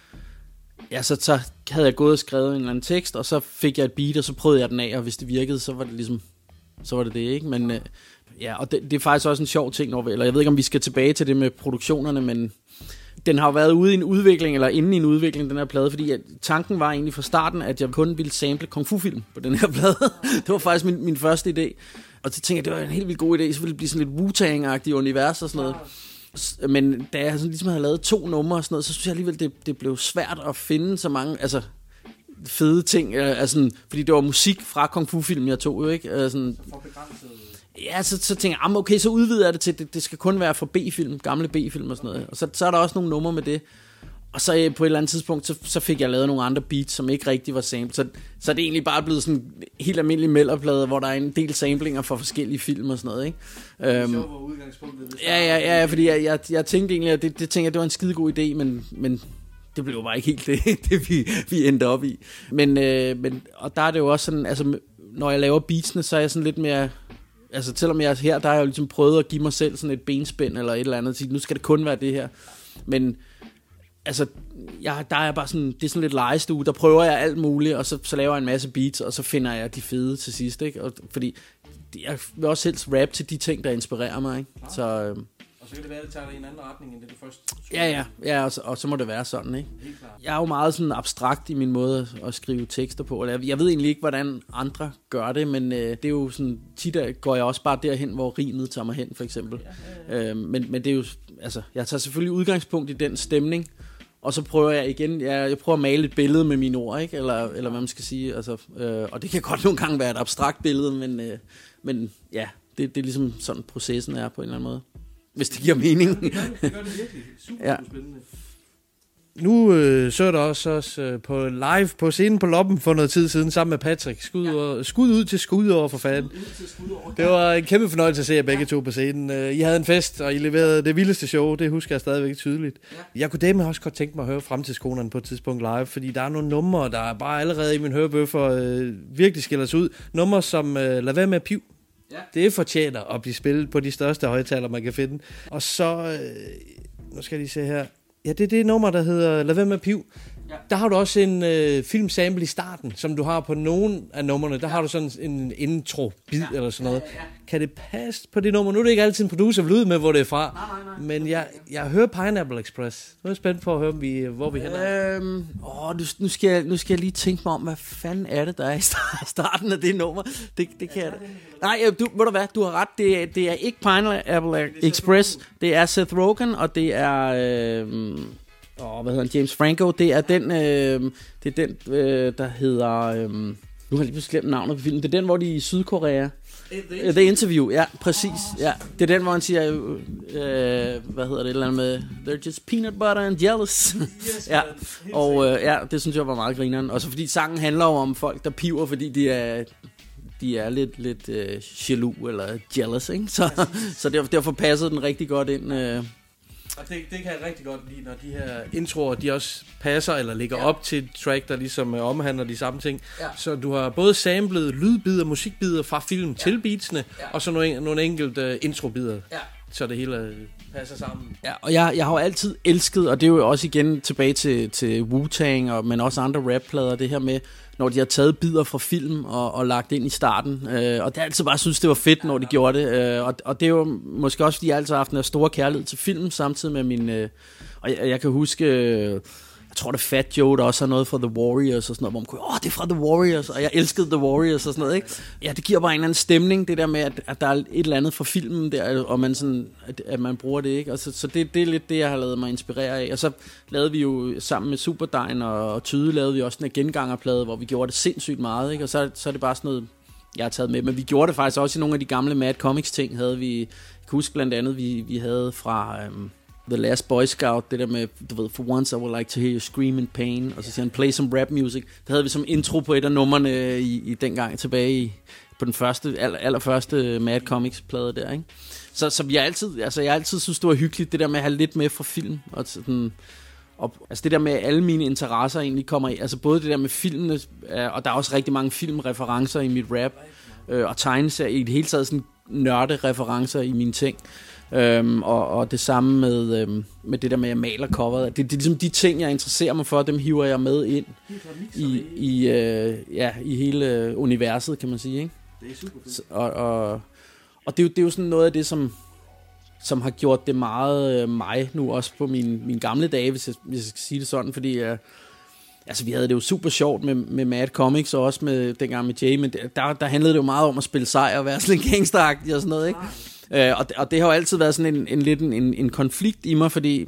Ja, så, så havde jeg gået og skrevet en eller anden tekst, og så fik jeg et beat, og så prøvede jeg den af, og hvis det virkede, så var det ligesom, så var det det, ikke? Men øh, ja, og det, det er faktisk også en sjov ting, når vi, eller jeg ved ikke, om vi skal tilbage til det med produktionerne, men den har jo været ude i en udvikling, eller inde i en udvikling, den her plade, fordi at tanken var egentlig fra starten, at jeg kun ville sample kung fu-film på den her plade. Det var faktisk min, min første idé. Og så tænkte jeg, det var en helt vildt god idé, så ville det blive sådan lidt Wu-Tang-agtigt univers og sådan noget. Men da jeg sådan ligesom havde lavet to numre og sådan noget, så synes jeg alligevel, det, det blev svært at finde så mange altså, fede ting. Altså, fordi det var musik fra kung fu-film, jeg tog jo, ikke? Altså, ja, så, så tænkte jeg, okay, så udvider jeg det til, det, det skal kun være fra B-film, gamle B-film og sådan noget. Og så, så er der også nogle numre med det. Og så på et eller andet tidspunkt, så, så fik jeg lavet nogle andre beats, som ikke rigtig var samlet. Så, så er det egentlig bare blevet sådan helt almindelig melderplade, hvor der er en del samplinger fra forskellige film og sådan noget, ikke? Det er sjovt, hvor udgangspunktet det ja, ja, ja, fordi jeg, jeg, jeg tænkte egentlig, at det, det tænkte jeg, det var en skide god idé, men, men det blev jo bare ikke helt det, det vi, vi endte op i. Men, øh, men, og der er det jo også sådan, altså når jeg laver beatsene, så er jeg sådan lidt mere... Altså selvom jeg er her, der har jeg jo ligesom prøvet at give mig selv sådan et benspænd eller et eller andet, og sige, nu skal det kun være det her. Men... Altså, jeg, der er bare sådan, det er sådan lidt legestue, der prøver jeg alt muligt, og så, så laver jeg en masse beats, og så finder jeg de fede til sidst, ikke? Og, fordi jeg vil også helst rap til de ting, der inspirerer mig, ikke? Ja. Så, øh, og så kan det være, at det tager dig i en anden retning, end det du først... Ja, ja, ja og, så, og så må det være sådan, ikke? Jeg er jo meget sådan abstrakt i min måde at, at skrive tekster på, jeg, jeg ved egentlig ikke, hvordan andre gør det, men øh, det er jo sådan, tit går jeg også bare derhen, hvor rimet tager mig hen, for eksempel. Ja, ja, ja. Øh, men, men det er jo, altså, jeg tager selvfølgelig udgangspunkt i den stemning, og så prøver jeg igen, jeg, jeg prøver at male et billede med mine ord, ikke? Eller, eller hvad man skal sige. Altså, øh, og det kan godt nogle gange være et abstrakt billede, men, øh, men ja, det, det er ligesom sådan processen er på en eller anden måde. Hvis det giver mening. Ja, det gør det, det gør det virkelig. Super ja. Spændende. Nu øh, så er der også, også øh, på live på scenen på Loppen for noget tid siden sammen med Patrick. Skud, ja. over, skud ud til skud over for fanden. Det var en kæmpe fornøjelse at se jer begge ja. to på scenen. I havde en fest, og I leverede det vildeste show. Det husker jeg stadigvæk tydeligt. Ja. Jeg kunne dermed også godt tænke mig at høre Fremtidskonerne på et tidspunkt live, fordi der er nogle numre, der er bare allerede i min hørebøffer øh, virkelig skiller sig ud. Numre som øh, Lad være med at piv. Ja. Det fortjener at blive spillet på de største højttaler, man kan finde. Og så, øh, nu skal jeg lige se her. Ja, det er det nummer, der hedder Lad være med piv. Ja. Der har du også en øh, filmsample i starten, som du har på nogle af numrene. Der ja. har du sådan en intro-bid ja. eller sådan noget. Ja, ja, ja. Kan det passe på det nummer? Nu er det ikke altid en producer vil ud med, hvor det er fra. Nej, nej, nej. Men jeg, jeg hører Pineapple Express. Nu er jeg spændt på at høre, vi, hvor vi hænder. Øhm, åh, nu, nu, skal jeg, nu skal jeg lige tænke mig om, hvad fanden er det, der er i starten af det nummer. Det, det kan jeg da. Nej, du, ved du hvad, du har ret. Det er, det er ikke Pineapple Express. Det er Seth Rogen, og det er... Øh, Åh, hvad hedder han? James Franco. Det er den, øh, det er den, øh, der hedder... Øh, nu har jeg lige pludselig glemt navnet på filmen. Det er den, hvor de er i Sydkorea. The, The Interview, ja, præcis. Ja. Det er den, hvor han siger, øh, hvad hedder det, et eller andet med, they're just peanut butter and jealous. Ja, og øh, ja, det synes jeg var meget grineren. Også fordi sangen handler jo om folk, der piver, fordi de er... de er lidt, lidt øh, jaloux eller jealous, ikke? Så, så derfor, derfor passede den rigtig godt ind. Øh. Og det, det kan jeg rigtig godt lide, når de her introer, de også passer eller ligger ja. op til et track, der ligesom øh, omhandler de samme ting. Ja. Så du har både samlet lydbider, musikbider fra film ja. til beatsene, ja. og så nogle, nogle enkelte øh, introbider, ja. så det hele øh, passer sammen. Ja, og jeg, jeg har jo altid elsket, og det er jo også igen tilbage til, til Wu-Tang, og, men også andre rapplader, det her med, når de har taget bidder fra film og, og lagt ind i starten. Øh, og det har jeg altid bare synes, det var fedt, når de gjorde det. Øh, og, og det er jo måske også, fordi jeg altid har haft en stor kærlighed til film, samtidig med min... Øh, og jeg, jeg kan huske... Øh, jeg tror, det er Fat Joe, der også har noget fra The Warriors og sådan noget, hvor man kunne, åh, det er fra The Warriors, og jeg elskede The Warriors og sådan noget, ikke? Ja, det giver bare en eller anden stemning, det der med, at, at der er et eller andet fra filmen der, og man sådan, at, at man bruger det, ikke? Og så, så det, det er lidt det, jeg har lavet mig inspirere af. Og så lavede vi jo sammen med Superdein og, og Tyde, lavede vi også en gengangerplade, hvor vi gjorde det sindssygt meget, ikke? Og så, så er det bare sådan noget, jeg har taget med. Men vi gjorde det faktisk også i nogle af de gamle Mad Comics ting, havde vi, jeg kan huske blandt andet, vi, vi havde fra... Øhm, The Last Boy Scout, det der med, du ved, for once I would like to hear you scream in pain, og så siger han, play some rap music. Det havde vi som intro på et af numrene i, i dengang tilbage i, på den første, aller, allerførste Mad Comics plade der, ikke? Så, så vi har altid, altså jeg har altid synes, det var hyggeligt, det der med at have lidt med fra film, og sådan, og, altså det der med, at alle mine interesser egentlig kommer i, altså både det der med filmene, og der er også rigtig mange filmreferencer i mit rap, øh, og tegneserier, i det hele taget sådan nørde referencer i mine ting. Øhm, og, og det samme med, øhm, med det der med at maler coveret. Det, det er ligesom de ting, jeg interesserer mig for, dem hiver jeg med ind i, i, øh, ja, i hele universet, kan man sige, ikke? Det er super fedt. Og, og, og det, er jo, det er jo sådan noget af det, som, som har gjort det meget øh, mig nu, også på mine, mine gamle dage, hvis jeg, hvis jeg skal sige det sådan, fordi øh, altså, vi havde det jo super sjovt med, med Mad Comics, og også med, dengang med Jay, men der, der handlede det jo meget om at spille sejr og være sådan en gangsteragtig og sådan noget, ikke? Uh, og, det, og det har jo altid været sådan en, en lidt en, en konflikt i mig, fordi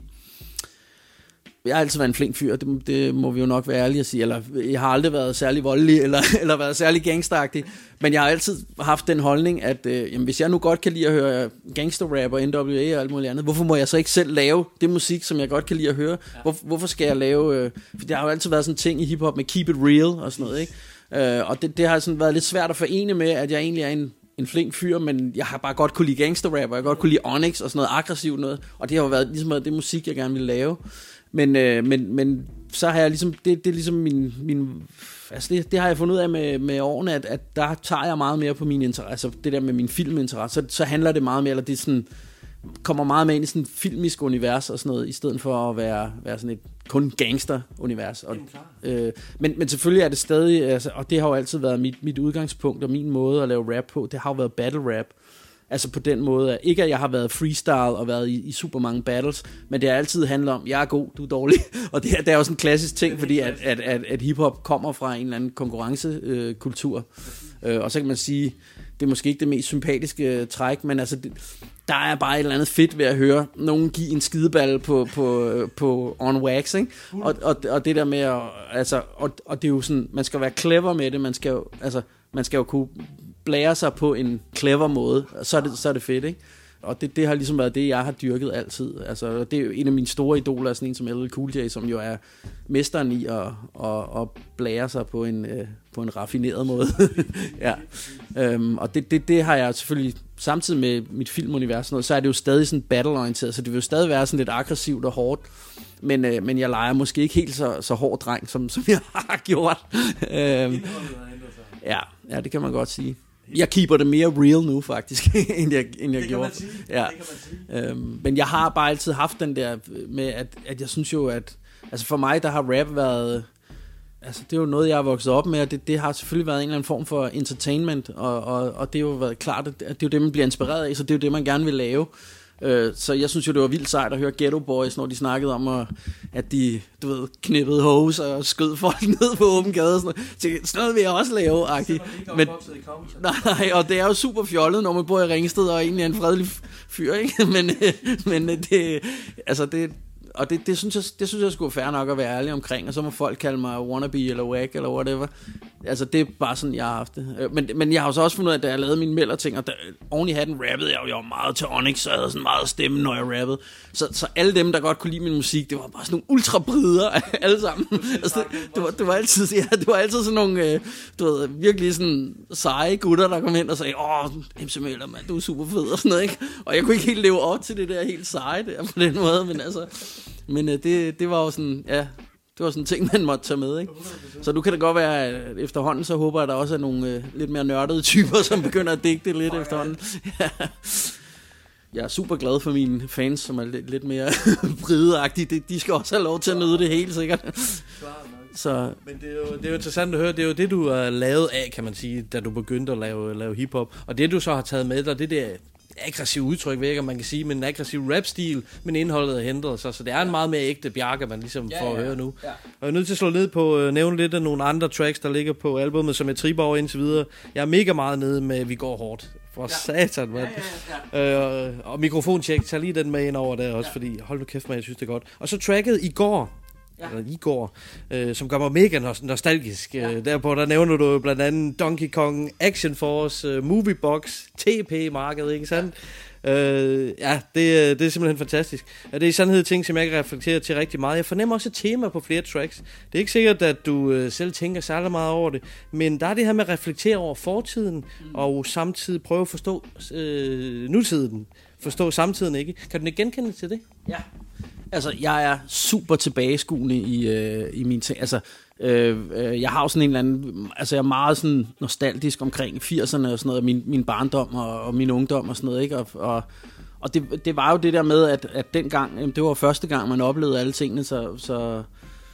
jeg har altid været en flink fyr, det, det må vi jo nok være ærlige at sige, eller jeg har aldrig været særlig voldelig, eller, eller været særlig gangsteragtig, men jeg har altid haft den holdning, at øh, jamen, hvis jeg nu godt kan lide at høre gangsterrap og N W A og alt muligt andet, hvorfor må jeg så ikke selv lave det musik, som jeg godt kan lide at høre? Hvor, hvorfor skal jeg lave, øh, for det har jo altid været sådan en ting i hiphop med keep it real og sådan noget, ikke? Uh, og det, det har sådan været lidt svært at forene med, at jeg egentlig er en en flink fyr, men jeg har bare godt kunne lide gangsterrap, og jeg har godt kunne lide Onyx og sådan noget aggressivt noget, og det har jo været ligesom det musik, jeg gerne ville lave. Men, øh, men, men så har jeg ligesom, det, det er ligesom min, min altså det, det har jeg fundet ud af med, med årene, at, at der tager jeg meget mere på min interesse, altså det der med min filminteresse, så, så handler det meget mere, eller det er sådan, kommer meget med ind i sådan et filmisk univers og sådan noget, i stedet for at være, være sådan et kun gangster-univers. Og, øh, men, men selvfølgelig er det stadig, altså, og det har jo altid været mit, mit udgangspunkt, og min måde at lave rap på, det har jo været battle rap. Altså på den måde, ikke at jeg har været freestyle og været i, i super mange battles, men det har altid handlet om, jeg er god, du er dårlig. Og det er, det er jo sådan en klassisk ting, fordi at, at, at, at hiphop kommer fra en eller anden konkurrencekultur. Øh, og så kan man sige, det er måske ikke det mest sympatiske træk, men altså, det, der er bare et eller andet fedt ved at høre nogen give en skideball på, på, på on wax, ikke? Og, og, og det der med at, altså, og, og det er jo sådan, man skal være clever med det, man skal jo, altså, man skal jo kunne blære sig på en clever måde, så er det, så er det fedt, ikke? Og det, det har ligesom været det, jeg har dyrket altid. Altså, det er jo en af mine store idoler, sådan en som L L Cool J, som jo er mesteren i at, at, at blære sig på en, på en raffineret måde. Ja. Øhm, og det, det, det har jeg selvfølgelig, samtidig med mit filmunivers, noget, så er det jo stadig sådan battle-orienteret, så det vil jo stadig være sådan lidt aggressivt og hårdt. Men, øh, men jeg leger måske ikke helt så, så hård dreng, som, som jeg har gjort. øhm, ja, ja, det kan man godt sige. Jeg keeper det mere real nu faktisk, end jeg, end jeg det gjorde. Ja. Øhm, men jeg har bare altid haft den der med, at, at jeg synes jo, at altså for mig, der har rap været, altså det er jo noget, jeg har vokset op med, og det, det har selvfølgelig været en eller anden form for entertainment, og, og, og det har jo været klart, at det er jo det, man bliver inspireret af, så det er jo det, man gerne vil lave. Så jeg synes jo, det var vildt sejt at høre Ghetto Boys, når de snakkede om, at de, du ved, knippede hose og skød folk ned på åben gade og sådan noget. Så sådan noget vil jeg også lave, agtigt. Men, nej, og det er jo super fjollet, når man bor i Ringsted og egentlig er en fredelig fyr, ikke? Men, men det, altså det, og det, det, synes jeg, det synes jeg skulle være fair nok at være ærlig omkring, og så må folk kalde mig wannabe eller whack eller whatever. Altså, det er bare sådan, jeg har haft det. Øh, Men, men jeg har jo så også fundet ud af, at da jeg lavede mine Melder-ting, og der, oven i hatten rappede jeg jo, jeg var meget til Onyx, så jeg havde sådan meget stemme, når jeg rappede. Så, så alle dem, der godt kunne lide min musik, det var bare sådan nogle ultra-brider, alle sammen. Altså, det, det, var, det, var altid, ja, det var altid sådan nogle, øh, du ved, virkelig sådan seje gutter, der kom hen og sagde, åh, M C Melder, mand, du er super fed, og sådan noget, ikke? Og jeg kunne ikke helt leve op til det der helt seje der, på den måde, men altså, men øh, det, det var jo sådan, ja, det var sådan en ting, man måtte tage med, ikke? Så nu kan det godt være, at efterhånden, så håber jeg, at der også er nogle øh, lidt mere nørdede typer, som begynder at digte lidt efterhånden. Ja. Jeg er super glad for mine fans, som er lidt, lidt mere brideagtige. De, de skal også have lov til at nyde det helt sikkert. Så. Men det er, jo, det er jo interessant at høre. Det er jo det, du er lavet af, kan man sige, da du begyndte at lave, lave hiphop. Og det, du så har taget med dig, det der aggressive udtryk, ved ikke, om man kan sige, men en aggressiv rap-stil, men indholdet er hentet sig. Så det er en meget mere ægte Bjarke, man ligesom ja, får ja, at høre nu. Ja. Og jeg er nødt til at slå ned på, øh, nævne lidt af nogle andre tracks, der ligger på albumet, som jeg tripper over indtil videre. Jeg er mega meget nede med Vi går hårdt. For ja. Satan, mand. Ja, ja, ja. Øh, og mikrofoncheck, tag lige den med ind over der også, ja. Fordi hold nu kæft, man, jeg synes det er godt. Og så tracket i går, ja. Eller i går, øh, som gør mig mega nostalgisk. Ja. Øh, derpå, der nævner du blandt andet Donkey Kong, Action Force, uh, Moviebox, T P-markedet, ikke sandt? Ja. Øh, ja, det, det er simpelthen fantastisk. Og det er i sandhed ting, som jeg kan reflektere til rigtig meget. Jeg fornemmer også et tema på flere tracks. Det er ikke sikkert, at du øh, selv tænker særlig meget over det, men der er det her med at reflektere over fortiden, mm. og samtidig prøve at forstå øh, nutiden. Forstå samtiden, ikke? Kan du ikke genkende til det? Ja. Altså, jeg er super tilbageskuende i, øh, i mine ting. Altså, øh, øh, jeg har jo sådan en eller anden... Altså, jeg er meget sådan nostalgisk omkring firserne og sådan noget, min, min barndom og, og min ungdom og sådan noget, ikke? Og, og, og det, det var jo det der med, at, at dengang... Det var første gang, man oplevede alle tingene, så... så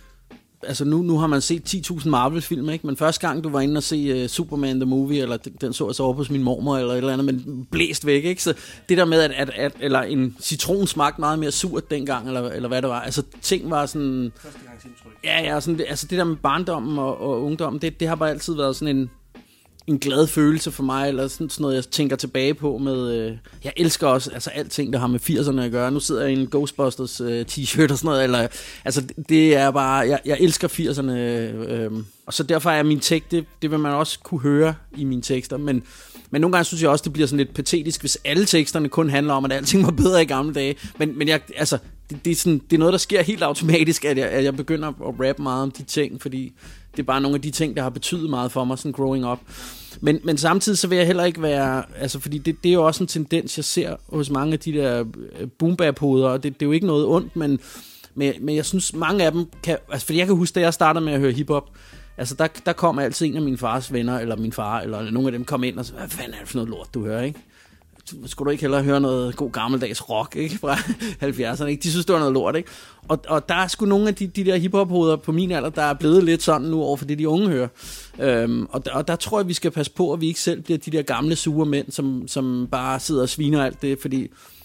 altså, nu, nu har man set ti tusind Marvel-film, ikke? Men første gang, du var inde og se uh, Superman the Movie, eller den, den så jeg så over hos min mormor, eller et eller andet, men blæst væk, ikke? Så det der med, at, at, at eller en citron smagte meget mere surt dengang, eller, eller hvad det var. Altså, ting var sådan... Første gang indtryk. Ja, ja, sådan, altså det der med barndommen og, og ungdommen, det, det har bare altid været sådan en... en glad følelse for mig, eller sådan, sådan noget, jeg tænker tilbage på med... Øh, jeg elsker også altså alting, der har med firserne at gøre. Nu sidder jeg i en Ghostbusters øh, t-shirt og sådan noget, eller... Altså, det er bare... Jeg, jeg elsker firserne, øh, og så derfor er min tekst, det, det vil man også kunne høre i mine tekster, men... Men nogle gange synes jeg også, det bliver sådan lidt patetisk, hvis alle teksterne kun handler om, at alting var bedre i gamle dage. Men, men jeg, altså, det, det, er sådan, det er noget, der sker helt automatisk, at jeg, at jeg begynder at rappe meget om de ting, fordi det er bare nogle af de ting, der har betydet meget for mig, sådan growing up. Men, men samtidig så vil jeg heller ikke være... Altså, fordi det, det er jo også en tendens, jeg ser hos mange af de der boom-bap-hoveder, og det, det er jo ikke noget ondt, men, men, men jeg synes, mange af dem kan... Altså, fordi jeg kan huske, da jeg startede med at høre hiphop, altså, der, der kom altid en af mine fars venner, eller min far, eller nogle af dem kom ind og sagde, hvad fanden er det for noget lort, du hører, ikke? Skulle du ikke hellere høre noget god gammeldags rock, ikke? Fra halvfjerdserne, ikke? De synes, det var noget lort, ikke? Og, og der er sgu nogle af de, de der hiphop-hoveder på min alder, der er blevet lidt sådan nu over for det, de unge hører. Øhm, og, og der tror jeg, vi skal passe på, at vi ikke selv bliver de der gamle sure mænd, som, som bare sidder og sviner alt det, fordi...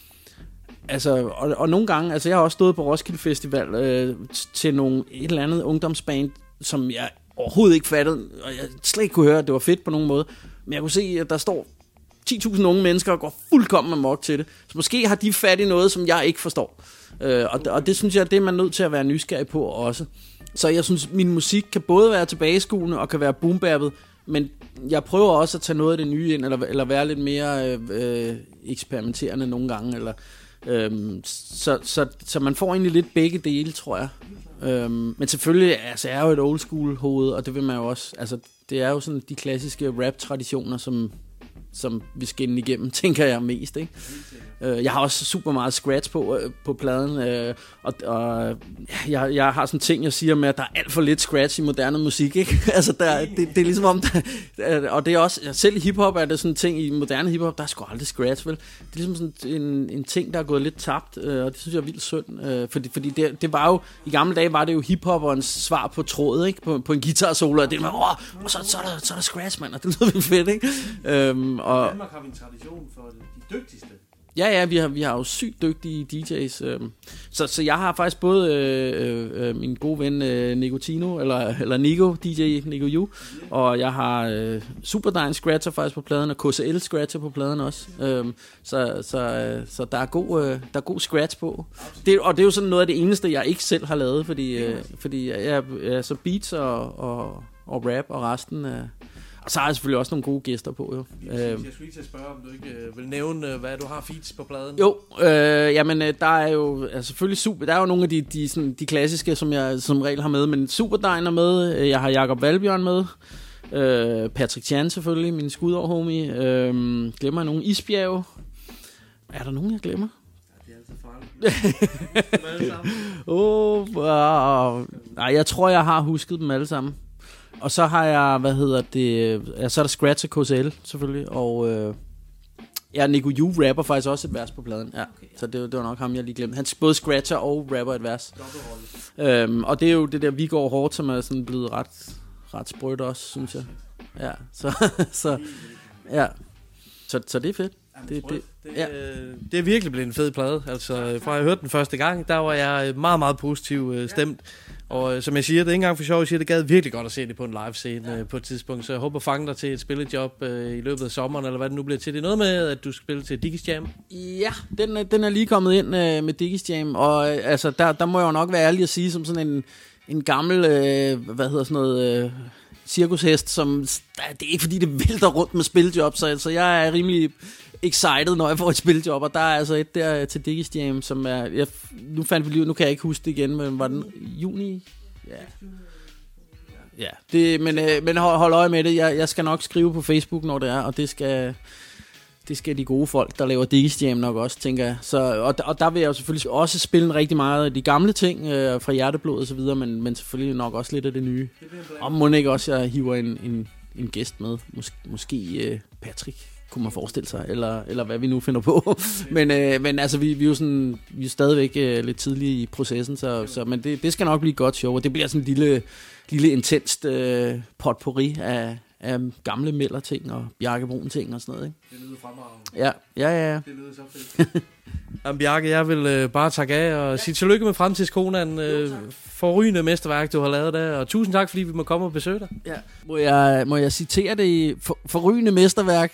Altså, og, og nogle gange, altså jeg har også stået på Roskilde Festival øh, til nogle, et eller andet ungdomsband, som jeg overhovedet ikke fattede, og jeg slet ikke kunne høre, at det var fedt på nogen måde. Men jeg kunne se, at der står ti tusind unge mennesker og går fuldkommen amok til det. Så måske har de fat i noget, som jeg ikke forstår. Øh, og, og det synes jeg, det er man nødt til at være nysgerrig på også. Så jeg synes, min musik kan både være tilbageskuende og kan være boombappet, men jeg prøver også at tage noget af det nye ind, eller, eller være lidt mere øh, øh, eksperimenterende nogle gange, eller... Øhm, så, så, så man får egentlig lidt begge dele, tror jeg. øhm, Men selvfølgelig, altså jeg er jo et old school hoved, og det vil man jo også. Altså det er jo sådan de klassiske rap traditioner, som, som vi skal ind igennem, tænker jeg mest, ikke? Jeg har også super meget scratch på, på pladen, øh, og, og jeg, jeg har sådan ting, jeg siger med, at der er alt for lidt scratch i moderne musik, ikke? Altså, der, det, det er ligesom om, der, og det er også, selv i hiphop er det sådan en ting, i moderne hiphop, der er sgu aldrig scratch, vel? Det er ligesom sådan en, en ting, der er gået lidt tabt, øh, og det synes jeg er vildt synd, øh, fordi, fordi det, det var jo, i gamle dage var det jo hiphopperens svar på trådet, ikke? På, på en guitar-solo, og det var, åh, og så, så, er der, så er der scratch, mand, og det lyder vildt fedt, ikke? Øhm, og, I Danmark har vi en tradition for de dygtigste. Ja, ja, vi har, vi har jo sygt dygtige D J's. Øh. Så, så jeg har faktisk både øh, øh, min gode ven øh, Nicotino, eller, eller Nico, D J Nico U, og jeg har øh, Superdine Scratcher faktisk på pladen, og K C L Scratcher på pladen også. Øh, så, så, øh, så der er god, øh, der er god scratch på. Det, og det er jo sådan noget af det eneste, jeg ikke selv har lavet, fordi, øh, fordi jeg, jeg, så beats og, og, og rap, og resten er... Og så har jeg selvfølgelig også nogle gode gæster på, jo. Jeg skulle lige til at spørge, om du ikke øh, vil nævne, øh, hvad du har feats på pladen? Jo, øh, jamen øh, der er jo altså, selvfølgelig super... Der er jo nogle af de, de, sådan, de klassiske, som jeg som regel har med, men Superdein er med, jeg har Jakob Valbjørn med, øh, Patrick Chan selvfølgelig, min skudår-homie, øh, glemmer jeg nogen? Isbjerg. Er der nogen, jeg glemmer? Ja, det er altid farligt. Åh, wow. Nej, jeg tror, jeg har husket dem alle sammen. Og så har jeg, hvad hedder det, ja, så er der Scratch og K C L selvfølgelig, og øh, ja, Nico Yu rapper faktisk også et vers på pladen, ja, så det, det var nok ham, jeg lige glemte. Han både scratcher og rapper et vers. Øhm, og det er jo det der, vi går hårdt, som er sådan blevet ret, ret sprødt også, synes jeg. Ja, så, så, ja. så, så det er fedt. Det, det, det, ja. det er virkelig blevet en fed plade. Altså, fra jeg hørte den første gang, der var jeg meget, meget positiv øh, stemt. Og øh, som jeg siger, det er ikke engang for sjov, jeg siger, det gad virkelig godt at se det på en live scene øh, på et tidspunkt. Så jeg håber at fange dig til et spillejob øh, i løbet af sommeren, eller hvad det nu bliver til. Det er noget med, at du skal spille til Dickies Jam. Ja, den, den er lige kommet ind øh, med Dickies Jam, og øh, altså, der, der må jeg jo nok være ærlig at sige, som sådan en, en gammel, øh, hvad hedder sådan noget... Øh, cirkushest, som det er ikke fordi det vælter rundt med spiljob, så altså, jeg er rimelig excited, når jeg får et spiljob, og der er altså et der til Dickies Jam, som er, jeg, nu fandt vi lige, nu kan jeg ikke huske det igen, men var den juni? Ja. Ja, det, men, øh, men hold, hold øje med det, jeg, jeg skal nok skrive på Facebook, når det er, og det skal, det skal de gode folk, der laver Dickies Jam nok også, tænker jeg. Så, og, og der vil jeg jo selvfølgelig også spille rigtig meget af de gamle ting, øh, fra Hjerteblod og så videre, men, men selvfølgelig nok også lidt af det nye. Og må ikke også, jeg hiver en, en, en gæst med, Mås- måske øh, Patrick, kunne man forestille sig, eller, eller hvad vi nu finder på. men, øh, men altså, vi, vi er jo sådan, vi er stadigvæk øh, lidt tidlige i processen, så, så men det, det skal nok blive et godt show, og det bliver sådan en lille, lille intenst øh, potpourri af, af gamle Melder ting og Bjarke Brun ting og sådan noget, ikke? Det lyder fremragende. Ja, ja, ja, ja. Det lyder så fedt. Jamen Bjarke, jeg vil øh, bare takke af og sige tillykke med Fremtidskonaen. Øh, forrygende mesterværk, du har lavet der. Og tusind tak, fordi vi må komme og besøge dig. Ja. Må, jeg, må jeg citere det i for, forrygende mesterværk?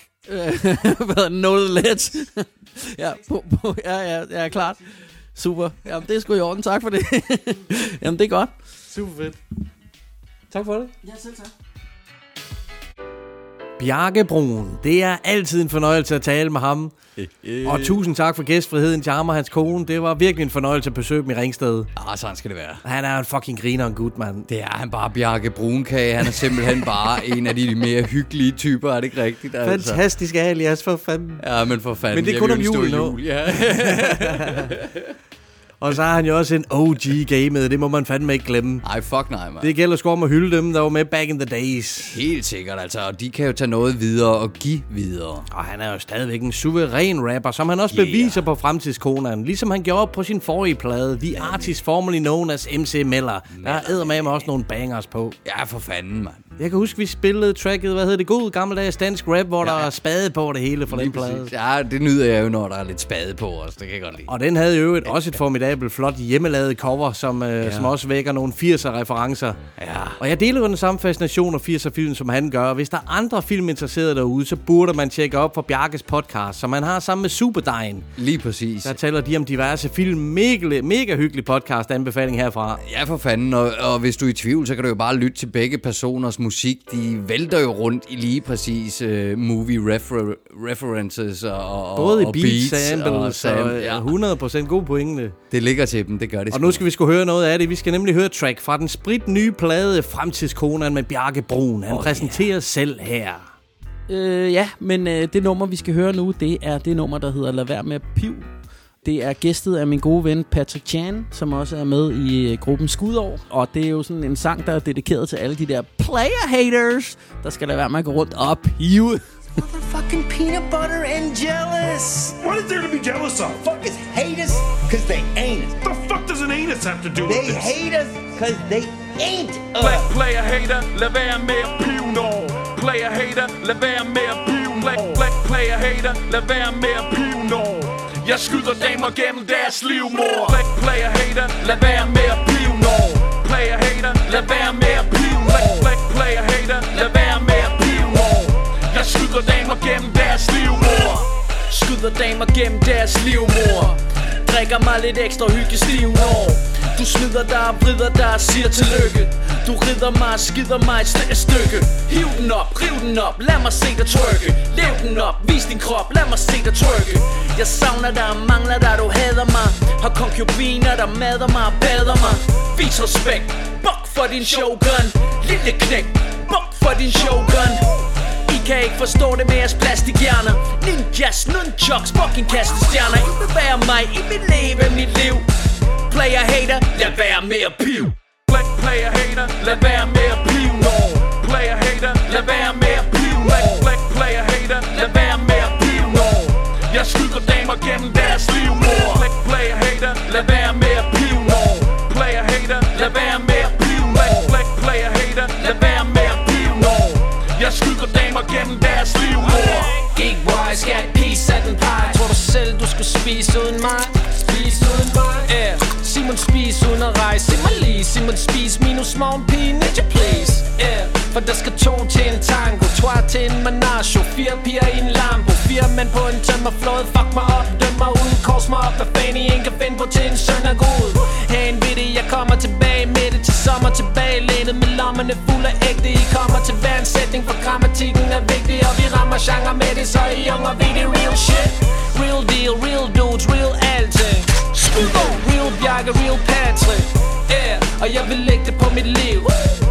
No let. Ja, på, på, ja, ja, ja, klart. Super. Jamen, det er sgu i orden. Tak for det. Jamen, det er godt. Super fedt. Tak for det. Ja, selv tak. Bjarke Brun, det er altid en fornøjelse at tale med ham. Og tusind tak for gæstfriheden til ham og hans kone. Det var virkelig en fornøjelse at besøge dem i Ringsted. Ah, sådan skal det være. Han er en fucking griner og en gut, mand. Det er han bare, Bjarke Brunkage. Han er simpelthen bare en af de mere hyggelige typer, er det ikke rigtigt? Altså. Fantastisk alias, for fanden. Ja, men for fanden. Men det er kun om julen nu. Jul, ja. Og så har han jo også en O G-gamet, det må man fandme ikke glemme. Ej, fuck nej, man. Det gælder sgu om at hylde dem, der var med back in the days. Helt sikkert, altså. Og de kan jo tage noget videre og give videre. Og han er jo stadigvæk en suveræn rapper, som han også yeah. beviser på Fremtidskonaen. Ligesom han gjorde på sin forrige plade, The Artist Formerly Known as M C Meller. Der er eddermame også nogle bangers på. Ja, for fanden, mand. Jeg kan huske, vi spillede tracket, hvad hedder det, god gammeldags dansk rap, hvor ja. der er spade på det hele for den plade. Ja, det nyder jeg jo, når der er lidt spade på os. Det kan jeg godt lide. Og den havde jo et, også et formidabelt, flot hjemmelavet cover, som, øh, ja. som også vækker nogle firser-referencer. Ja. Og jeg deler jo den samme fascination af firser-film, som han gør. Hvis der er andre filminteresserede derude, så burde man tjekke op for Bjarkes podcast, som han har sammen med Superdein. Lige præcis. Der taler de om diverse film. Mega, mega hyggelig podcast-anbefaling herfra. Ja, for fanden. Og, og hvis du er i tvivl, så kan du jo bare lytte til begge personers musik. De vælter jo rundt i lige præcis uh, movie refer- references og, både og beat beats samples og, sam- og ja, hundrede procent god pointe. Det ligger til dem, det gør det. Og nu skal vi sgu høre noget af det. Vi skal nemlig høre track fra den sprit nye plade Fremtidskonaen med Bjarke Brun. Han oh, præsenterer yeah. selv her. Øh, ja, men øh, det nummer, vi skal høre nu, det er det nummer, der hedder Lad være med at piv. Det er gæstet af min gode ven Patrick Chan, som også er med i gruppen Skudår. Og det er jo sådan en sang, der er dedikeret til alle de der player haters, der skal lade være med at gå rundt og pive. Motherfucking peanut butter and jealous. What is there to be jealous of? Fuck is hate us, cause they ain't us. The fuck does an anus have to do with they this? They hate us, cause they ain't us. Black player hater, lad være med at pive når. Player hater, lad være med at pive. Black, black player hater, lad være med at pive når. Jeg skyder damer gennem deres liv, mor. Black player hater, lad være med at pive når. Player hater, lad være med at pive. Black, black player hater, lad være med at pive når. Jeg skyder damer gennem deres liv, mor. Skyder damer gennem deres liv, mor. Drikker mig lidt ekstra hyggestiv når. Du smider dig og vrider dig og siger tillykke. Du rider mig og skider mig et st- stykke. Hiv den op, riv den op, lad mig se dig twerke. Lev den op, vis din krop, lad mig se dig twerke. Jeg savner dig og mangler dig, du hader mig. Har konkubiner, der mader mig og bader mig. Vis respekt, buk for din showgun. Lille knæk, buk for din showgun. I kan ikke forstå det med jeres plastikhjerner. Ninjas, nunchucks, fucking kastestjerner. I vil være mig, I vil leve mit liv. Player hater, lad være med at piv. Play, player hater, lad være med at piv. No. Player hater, lad være med at piv. Play, play, player hater, lad være med at piv. No. Jeg skygger damer gennem deres liv. Play, player hater, lad være med at piv. No. Player hater, lad være med at piv. Play, play, player hater, lad være med at piv. No. Jeg skygger damer gennem deres liv. Geek-wise, skat, peace, sat en pej. Tror du selv, du skal spise uden mig? Spise uden mig? Yeah. Simon spis uden at rejse. Sig mig lige, Simon spis minus morgen pige, ninja please. Yeah. For der skal to til en tango, trois til en menage, fire piger i en Lambo, fire mænd på en tømmerflåde. Fuck mig op, døm mig ud, kors mig op. Hvad fanden I ikke kan finde på til en synagoge? Hey, en bitte, jeg kommer tilbage med det til sommer, tilbage lænet med lommerne fuld af ægte. I kommer til hver en sætning, for grammatikken er vigtig, og vi rammer genre med det, så I unge ved det real shit. Real deal, real dudes, real alting. Skyder, real Bjarke, real Patrick. Yeah, og jeg vil lægge det på mit liv.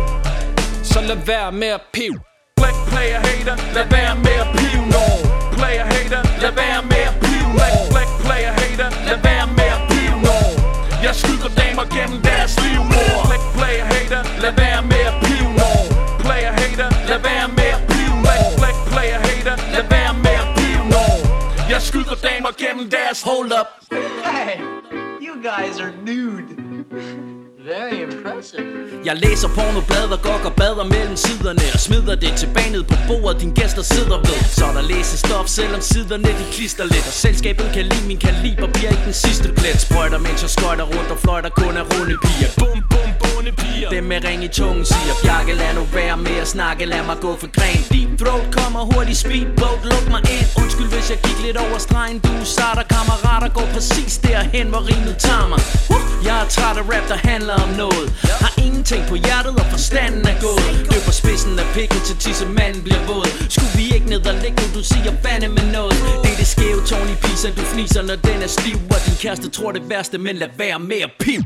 Så lad være med at piv. Play, player hater, lad være med at piv. No. Player hater, lad være med at piv. Play, play, player hater, lad være med at piv. No. Jeg skygger damer gennem deres liv. Play, player hater, lad være med at piv. No. Player hater, lad være med at piv. Play, play, player hater, lad være med at piv. No. Jeg skygger damer gennem deres. Hold up. Hey, you guys are nude. Very impressive. Jeg læser pornoblad og gokker bader mellem siderne og smider det tilbage ned på bordet, din gæster sidder ved. Så der læsestof, selvom siderne de klister lidt, og selskabet kan lide min kaliber, bliver ikke den sidste plet. Sprøjter, mens jeg skøjter rundt og fløjter kun af runde piger. Bum, bum, bunde piger. Dem med ring i tungen siger, Bjarke, lad nu være med at snakke, lad mig gå for gren. Deep throat kommer hurtigt, speedboat, luk mig ind. Undskyld hvis jeg gik lidt over stregen, du starter kammerater, går præcis derhen, hvor rimet tager mig. uh, Jeg er træt af rap, der handler om noget. Har ingenting på hjertet og forstanden er gået. Løber spidsen af pikken til tissemanden bliver våd. Skulle vi ikke ned og ligge nu, du siger fandeme noget. Det er det skæve tårn i pisa, du fniser når den er stiv. Og din kæreste tror det værste, men lad være med at piv.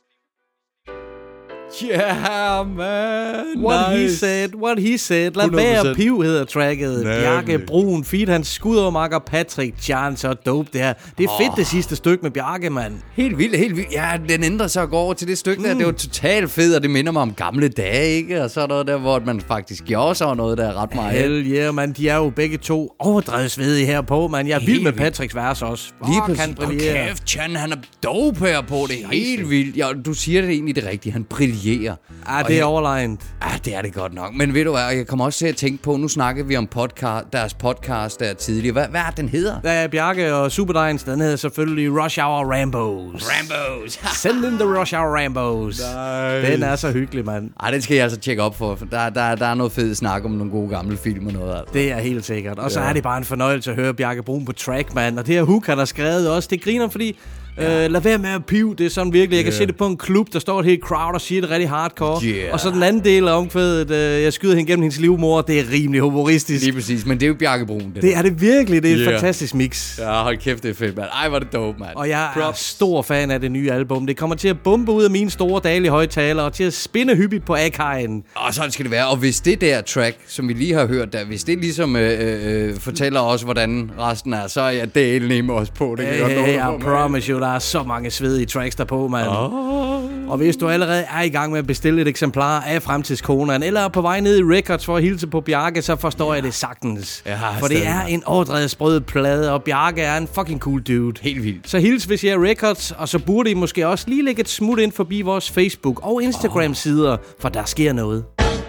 Yeah, man. What nice. he said, what he said. Lad være piv hedder tracket. Bjarke Brun, feed hans skudovermakker Patrick Chance og dope det her. Det er oh. fedt det sidste stykke med Bjarke, mand. Helt vildt, helt vildt. Ja, den ændrer sig og går over til det stykke mm. der. Det var totalt fedt, og det minder mig om gamle dage, ikke? Og så er noget der, hvor man faktisk gjorde sig noget, der er ret meget. Hell yeah, man. De er jo begge to overdrevet svedige her på, man. Jeg er vild med Patricks vers også. Lige på han brillerer. Kæft, Chan, han er dope her på det. Helt vildt. Ja, du siger det egentlig det rigtige. Han brillerer. Ah, det er overlegnet. Ah, det er det godt nok. Men ved du hvad, jeg kommer også til at tænke på, nu snakker vi om podcast, deres podcast der tidligere. Hvad, hvad er den hedder? Ja, Bjarke og Superdines, den hedder selvfølgelig Rush Hour Rambos. Rambos. Send in the Rush Hour Rambos. Nice. Den er så hyggelig, mand. Ej, den skal jeg altså tjekke op for, for der, der, der er noget fedt snak om nogle gode gamle film og noget. Altså. Det er helt sikkert. Og så ja. er det bare en fornøjelse at høre Bjarke Brun på track, mand. Og det her hook, han har skrevet også, det griner, fordi Ja. Uh, lad være med at pive, det er sådan virkelig. Jeg yeah. kan se det på en klub, der står et helt crowd og siger det rigtig hardcore. Yeah. Og så den anden del af omkvædet, uh, jeg skyder hende gennem hendes livmor, det er rimelig humoristisk. Lige præcis, men det er jo Bjarke Brun. Det, det er det virkelig, det er yeah. et fantastisk mix. Ja, hold kæft, det er fedt, mand. Ej, hvor er det dope, mand. Og jeg Props. er stor fan af det nye album. Det kommer til at bombe ud af mine store daglige højtaler og til at spinde hyppigt på A-kajen. Og sådan skal det være. Og hvis det der track, som vi lige har hørt der, hvis det ligesom øh, øh, fortæller os, hvordan resten er, så er jeg del nemme også på det. Hey, hey, hey, I promise you, der er så mange svedige tracks der på, mand. Oh. Og hvis du allerede er i gang med at bestille et eksemplar af Fremtidskonaen, eller er på vej ned i Records for at hilse på Bjarke, så forstår ja. jeg det sagtens. Ja, for det er en overdrevet sprød plade, og Bjarke er en fucking cool dude. Helt vildt. Så hils hvis I er Records, og så burde I måske også lige lægge et smut ind forbi vores Facebook og Instagram-sider, for der sker noget.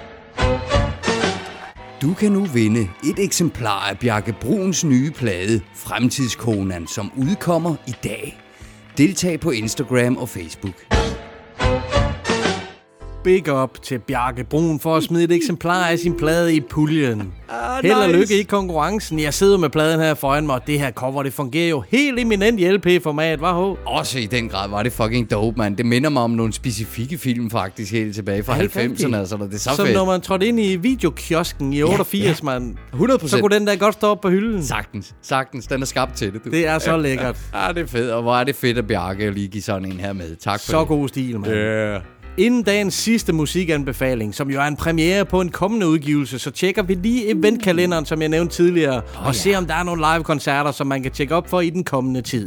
Du kan nu vinde et eksemplar af Bjarke Bruns nye plade, Fremtidskonaen, som udkommer i dag. Deltag på Instagram og Facebook. big up til Bjarke Brun for at smide et eksemplar af sin plade i puljen. Ah, Held og nice. lykke i konkurrencen. Jeg sidder med pladen her foran mig, og det her cover, det fungerer jo helt eminent i L P-format, hva' ho? Også i den grad var det fucking dope, man. Det minder mig om nogle specifikke film faktisk helt tilbage fra halvfemserne. Altså, det er så Som fedt. når man trådte ind i videokiosken i otteogfirs, ja. man. hundrede procent. Så kunne den der godt stå op på hylden. Sagtens, sagtens. Den er skabt til det, du. Det er så lækkert. Ja, det er fedt. Og hvor er det fedt at Bjarke lige give sådan en her med. Tak for Så det. god stil, mand. Yeah. Inden dagens sidste musikanbefaling, som jo er en premiere på en kommende udgivelse, så tjekker vi lige eventkalenderen, som jeg nævnte tidligere, oh, og ja. ser, om der er nogle live-koncerter, som man kan tjekke op for i den kommende tid.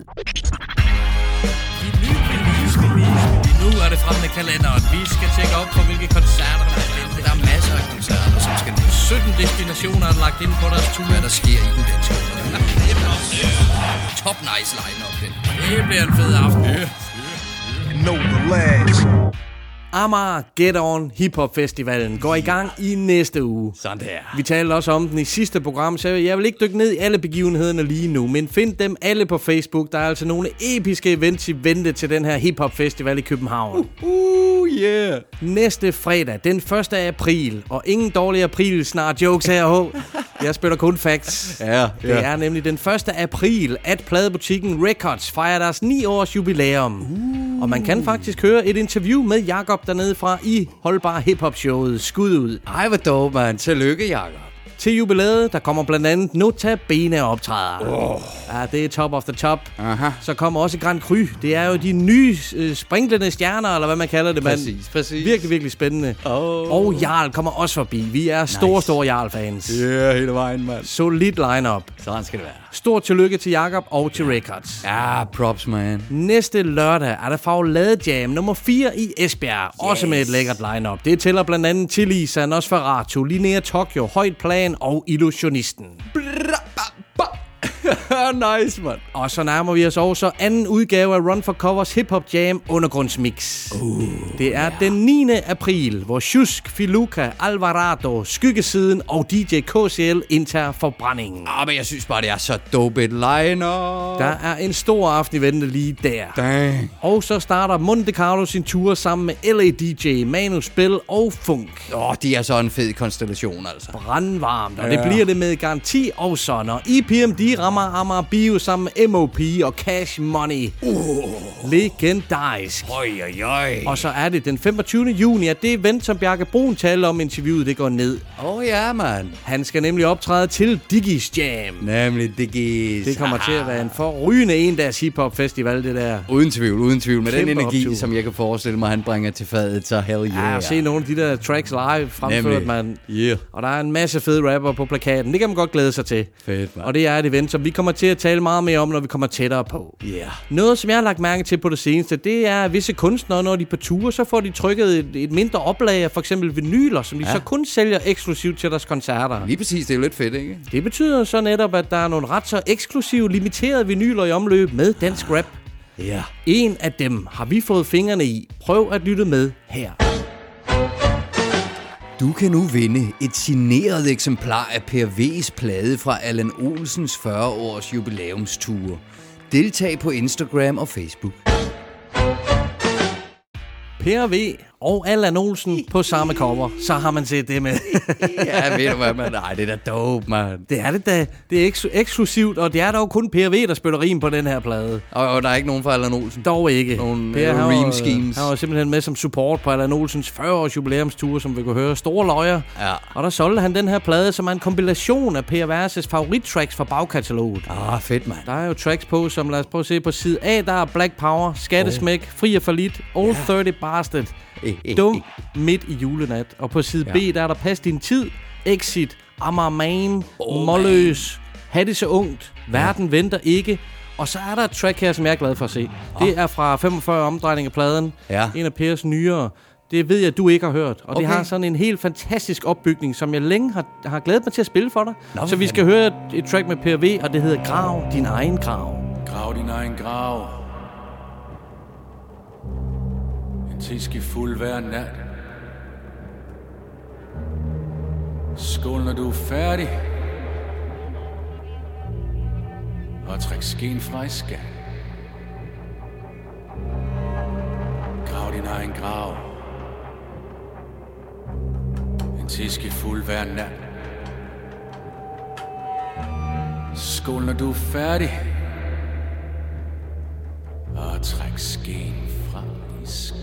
Nu er det fremme med kalenderen. Vi skal tjekke op for, hvilke koncerter der er vente. Der er masser af koncerter, som skal nå. sytten destinationer er lagt ind på deres tur. Hvad der sker i den danske top nice line-up, den. Det bliver en fed aften. Know the lads. Amager Get On Hip Hop Festivalen går i gang i næste uge. Sådan der. Vi talte også om den i sidste program, så jeg vil ikke dykke ned i alle begivenhederne lige nu, men find dem alle på Facebook. Der er altså nogle episke events i vente til den her Hip Hop Festival i København. Uh, uh yeah. Næste fredag, den første april, og ingen dårlige april snart jokes her, ho. Jeg spiller kun facts. Ja, ja. Det er nemlig den første april, at pladebutikken Records fejrer deres ni års jubilæum. Uh. Og man kan faktisk høre et interview med Jakob dernede fra i Holdbar Hip Hop Showet Skud ud. Ej, hvor dope, man. Tillykke, Jakob. Til jubilæet, der kommer blandt andet Nota Bene optræder. Oh. Ja, det er top of the top. Aha. Så kommer også Grand Cru. Det er jo de nye øh, sprinklende stjerner, eller hvad man kalder det, mand. Præcis, præcis. Virkelig, virkelig spændende. Oh. Og Jarl kommer også forbi. Vi er store, nice. store Jarl-fans. Ja, yeah, hele vejen, mand. Solid line-up. Sådan skal det være. Stort tillykke til Jakob og til Records. Ja, props, man. Næste lørdag er der Faglade Jam nummer fire i Esbjerg. Yes. Også med et lækkert line-up. Det tæller blandt andet Tilly, Nosferatu, Linnea Tokyo, Højt Plan og Illusionisten. Nice, man. Og så nærmer vi os også anden udgave af Run for Covers Hip Hop Jam Undergrundsmix. Uh, det er yeah. den niende april, hvor Shusk, Filuka, Alvarado, Skyggesiden og D J K C L indtager forbrændingen. Ah, men jeg synes bare, det er så dope et line-up. Der er en stor aften i vente lige der. Dang. Og så starter Monte Carlo sin tur sammen med L A D J, Manu Spil og Funk. Åh, oh, de er så en fed konstellation, altså. Brandvarmt, og ja. det bliver det med garanti og sådan. Og I P M D rammer Amager Bio sammen med M O P og Cash Money. Uh. Legendarisk. Oj, oj, oj. Og så er det den femogtyvende juni, at det event, som Bjarke Brun talte om interviewet, det går ned. Åh oh, ja, man. Han skal nemlig optræde til Diggis Jam. Nemlig Diggis. Det kommer til at være en forrygende en-dags hiphop festival, det der. Uden tvivl, uden tvivl. Med Kæmpe den energi, optur. som jeg kan forestille mig, han bringer til fadet, så hell yeah. Ja, se nogle af de der tracks live fremført, man. Yeah. Og der er en masse fede rapper på plakaten. Det kan man godt glæde sig til. Fedt, man. Og det er et event, som vi kommer til at tale meget mere om, når vi kommer tættere på. Yeah. Noget, som jeg har lagt mærke til på det seneste, det er, at visse kunstnere, når de er på ture, så får de trykket et, et mindre oplag af for eksempel vinyler, som de ja. så kun sælger eksklusivt til deres koncerter. Lige præcis, det er jo lidt fedt, ikke? Det betyder så netop, at der er nogle ret så eksklusive, limiterede vinyler i omløb med dansk rap. Ja. Yeah. En af dem har vi fået fingrene i. Prøv at lytte med her. Du kan nu vinde et signeret eksemplar af Per V's plade fra Allan Olsens fyrre års jubilæumsture. Deltag på Instagram og Facebook. Per V og Allan Olsen på samme cover, så har man set det med. Ja, ved du hvad, man? Nej, det er da dope, man. Det er det da. Det er eks- eksklusivt, og det er dog kun Per V, der spiller rim på den her plade. Og, og der er ikke nogen fra Allan Olsen? Dog ikke. Nogle Per, uh, han rime var, schemes. Han var simpelthen med som support på Allan Olsens fyrre års jubilæumsture, som vi kunne høre. Store løjer. Ja. Og der solgte han den her plade, som er en kombination af Per Verses favorittracks fra bagkataloget. Ah, fedt, mand. Der er jo tracks på, som lad os prøve at se på side A, der er Black Power, Skattesmæk, oh. Fri og Forlit, Old ja. tredive Bastard, Dum midt i julenat. Og på side ja. B, der er der Pas din tid, Exit, Amager Man, oh, Målløs, Ha' det så ungt, Verden ja. venter ikke. Og så er der et track her, som jeg er glad for at se. Oh. Det er fra femogfyrre omdrejninger pladen. Ja. En af Pers nyere. Det ved jeg, at du ikke har hørt. Og okay. det har sådan en helt fantastisk opbygning, som jeg længe har, har glædet mig til at spille for dig. Nå, så vi skal høre et, et track med Per V, og det hedder Grav din egen grav. Grav din egen grav. En tiske fuld hver nat. Skål, når du er færdig. Og træk skeen fra i skat. Grav din egen grav. fiskefuld hver nat. Skål, når du er færdig. Og træk skeen fra i skal.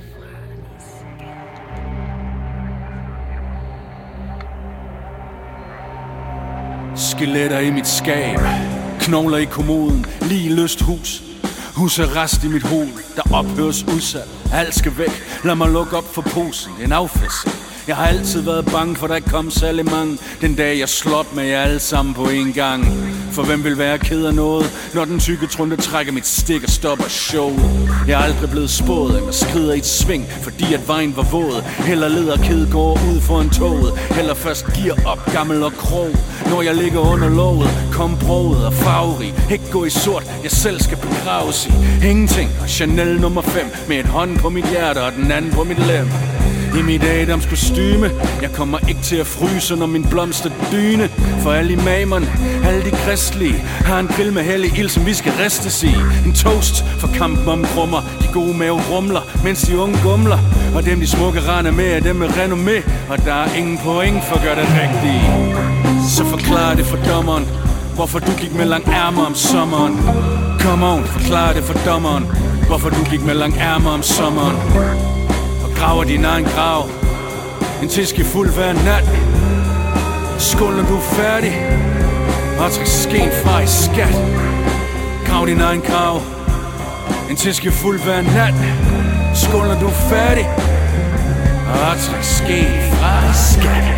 Skeletter i mit skab, knogler i kommoden, lige løst hus. Husarrest i mit hoved, der ophøres udsat. Alt skal væk, lad mig lukke op for posen. En affærdssag. Jeg har altid været bange for, der ikke kom særlig mange. Den dag jeg slår med jer alle sammen på en gang. For hvem vil være ked af noget, når den tykke trunde trækker mit stik og stopper showet. Jeg er aldrig blevet spået, eller skrider i et sving, fordi at vejen var våd. Heller leder kæde går ud foran toget. Heller først giver op, gammel og krog. Når jeg ligger under låget, kom broget og farverig. Ikke gå i sort, jeg selv skal begraves i ingenting. Og Chanel nummer fem, med et hånd på mit hjerte og den anden på mit lem. I mit Adams kostyme, jeg kommer ikke til at fryse, når min blomster dyne. For alle imamerne, alle de kristlige, har en grill med hellig ild, som vi skal ristes i. En toast for kampen om krummer, de gode mave rumler, mens de unge gumler. Og dem de smukke render med, er dem med renommé. Og der er ingen point for at gøre det rigtige. Så forklar det for dommeren, hvorfor du gik med lang ærmer om sommeren. Come on, forklar det for dommeren, hvorfor du gik med lang ærmer om sommeren. Graver din egen grav, en tiske fuld hver nat. Skål, når du er færdig, og træk skeen fra i skat. Grav din egen grav, en tiske fuld hver nat. Skål, når du er færdig, og træk skeen fra i skat.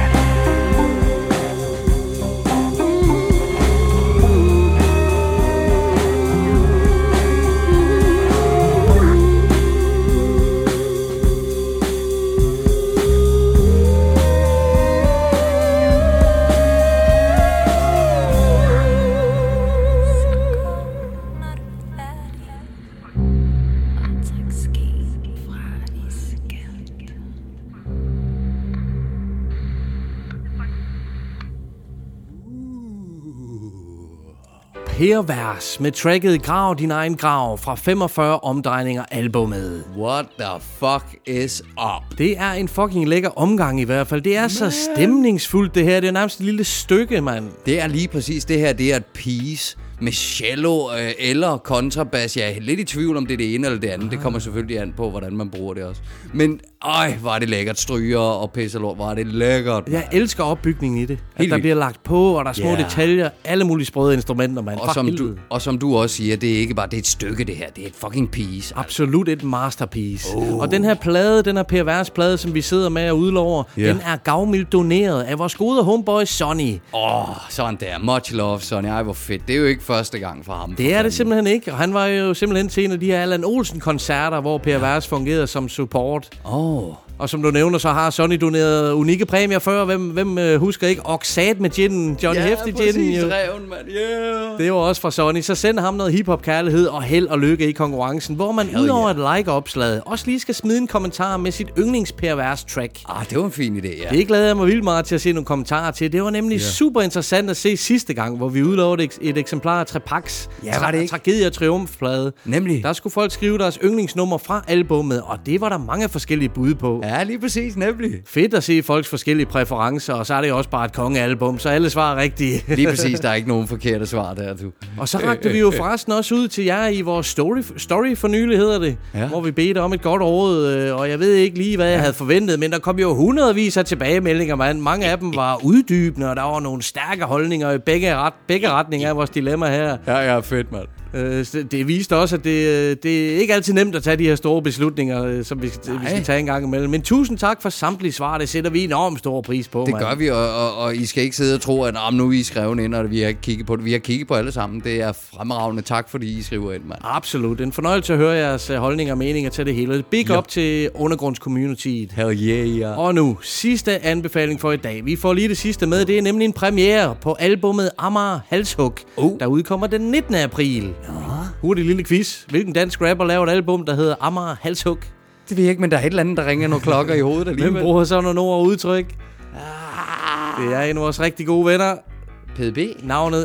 Pervers med tracket Grav din egen grav fra femogfyrre omdrejninger albumet. What the fuck is up? Det er en fucking lækker omgang i hvert fald. Det er man. Så stemningsfuldt det her. Det er nærmest et lille stykke, mand. Det er lige præcis det her. Det er et piece med cello øh, eller kontrabas. Jeg er lidt i tvivl om det er det ene eller det andet. Det kommer selvfølgelig an på, hvordan man bruger det også. Men øj, var det lækkert. Stryger og pisselort, var det lækkert. Jeg elsker opbygningen i det. At der bliver lagt på, og der er små yeah. detaljer. Alle mulige sprøde instrumenter, man. Og som, du, og som du også siger, det er ikke bare det er et stykke, det her. Det er et fucking piece. Absolut et masterpiece. Oh. Og den her plade, den her pervers plade, som vi sidder med og udlover, yeah. den er gavmildt doneret af vores gode homeboy Sonny. Åh, oh, sådan der. Much love, Sonny. Ej, hvor fedt. Det er jo ikke første gang for ham. Det er det simpelthen ikke. Og han var jo simpelthen til en af de her Allan Olsen-koncerter, hvor pervers fungerede som support. Åh. Oh. Og som du nævner, så har Sonny doneret unikke præmier før. Hvem, hvem øh, husker ikke? Oxat med ginen. John ja, Hefti ginen. Ja, præcis. Mand. Yeah. Det var også fra Sonny. Så send ham noget hiphop-kærlighed og held og lykke i konkurrencen, hvor man udover yeah. et like-opslag også lige skal smide en kommentar med sit yndlingspervers-track. Ah, det var en fin idé, ja. Det glæder jeg mig vildt meget til at se nogle kommentarer til. Det var nemlig yeah. super interessant at se sidste gang, hvor vi udlovede et, et eksemplar af Trepax. Ja, var det ikke? Tragedie og triumfplade. Nemlig. Der skulle folk skrive deres yndlingsnummer fra albummet, og det var der mange forskellige bud på. Ja, lige præcis, nemlig. Fedt at se folks forskellige præferencer, og så er det jo også bare et kongealbum, så alle svarer rigtige. Lige præcis, der er ikke nogen forkerte svar der, du. Og så rakte vi jo forresten også ud til jer i vores story, story for nylig, hedder det, ja. Hvor vi bedte om et godt råd, og jeg ved ikke lige, hvad jeg ja. havde forventet, men der kom jo hundredvis af tilbagemeldinger, man. Mange af dem var uddybende, og der var nogle stærke holdninger i begge, ret, begge retninger af vores dilemma her. Ja, ja, fedt, mand. Det viste også, at det, det er ikke altid nemt at tage de her store beslutninger, som vi skal, vi skal tage en gang imellem. Men tusind tak for samtlige svar, det sætter vi enormt stor pris på. Det man. gør vi, og, og, og I skal ikke sidde og tro, at nu er I skrevet ind, og vi har kigget på det. Vi har kigget på alle sammen. Det er fremragende. Tak, fordi I skriver ind, mand. Absolut. En fornøjelse at høre jeres holdninger og meninger til det hele. Big yep. up til undergrundscommunityet. Hell yeah, yeah. Og nu, sidste anbefaling for i dag. Vi får lige det sidste med. Det er nemlig en premiere på albummet Amager Halshug, uh. der udkommer den nittende april. Ja. Hurtig lille quiz. Hvilken dansk rapper laver et album, der hedder Amager Halshug? Det ved jeg ikke, men der er et eller andet, der ringer nogle klokker i hovedet alligevel. Hvem bruger så nogle ord og udtryk? Ah. Det er en af vores rigtig gode venner. P D B. Navnet er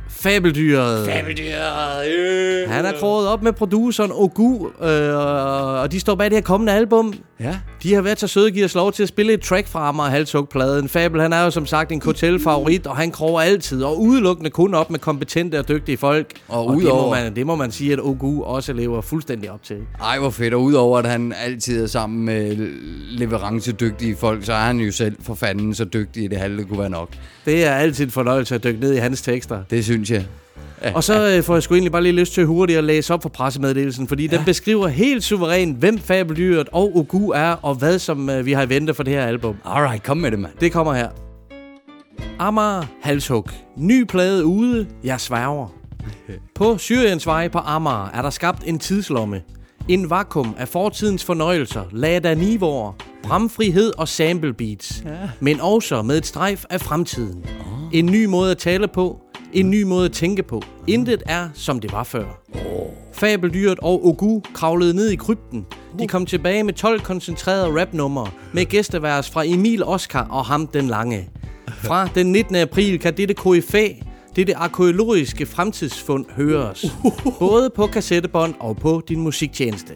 Fabeldyret. Fabeldyret, yeah. Han er kroget op med produceren Ogu, øh, og de står bag det her kommende album. Ja. De har været så søde at give os lov til at spille et track fra Amager Halshug-pladen. Fabel, han er jo som sagt en Kotel-favorit, og han kroger altid, og udelukkende kun op med kompetente og dygtige folk. Og, og det, må man, man, det må man sige, at Ogu også lever fuldstændig op til. Ej, hvor fedt. Og udover at han altid er sammen med leverancedygtige folk, så er han jo selv for fanden så dygtig, at det halve kunne være nok. Det er altid en fornøjelse at dykke ned i hans tekster. Det synes jeg. Ja, og så øh, får jeg sgu egentlig bare lige lyst til hurtigt at læse op for pressemeddelelsen, fordi ja. den beskriver helt suverænt, hvem Fabeldyret og Ogu er, og hvad som øh, vi har i vente for det her album. Alright, kom med det, mand. Det kommer her. Amager Halshug. Ny plade ude, jeg sværger. På Syriensvej på Amager er der skabt en tidslomme. En vakuum af fortidens fornøjelser, lada niveauer, bramfrihed og sample beats. Ja. Men også med et strejf af fremtiden. Oh. En ny måde at tale på. En ny måde at tænke på. Intet er, som det var før. Oh. Fabeldyret og Ogu kravlede ned i krypten. De kom tilbage med tolv koncentrerede rapnumre med gæstevers fra Emil Oscar og ham den lange. Fra den nittende april kan dette K F A, dette arkæologiske fremtidsfund høres. Både på kassettebånd og på din musiktjeneste.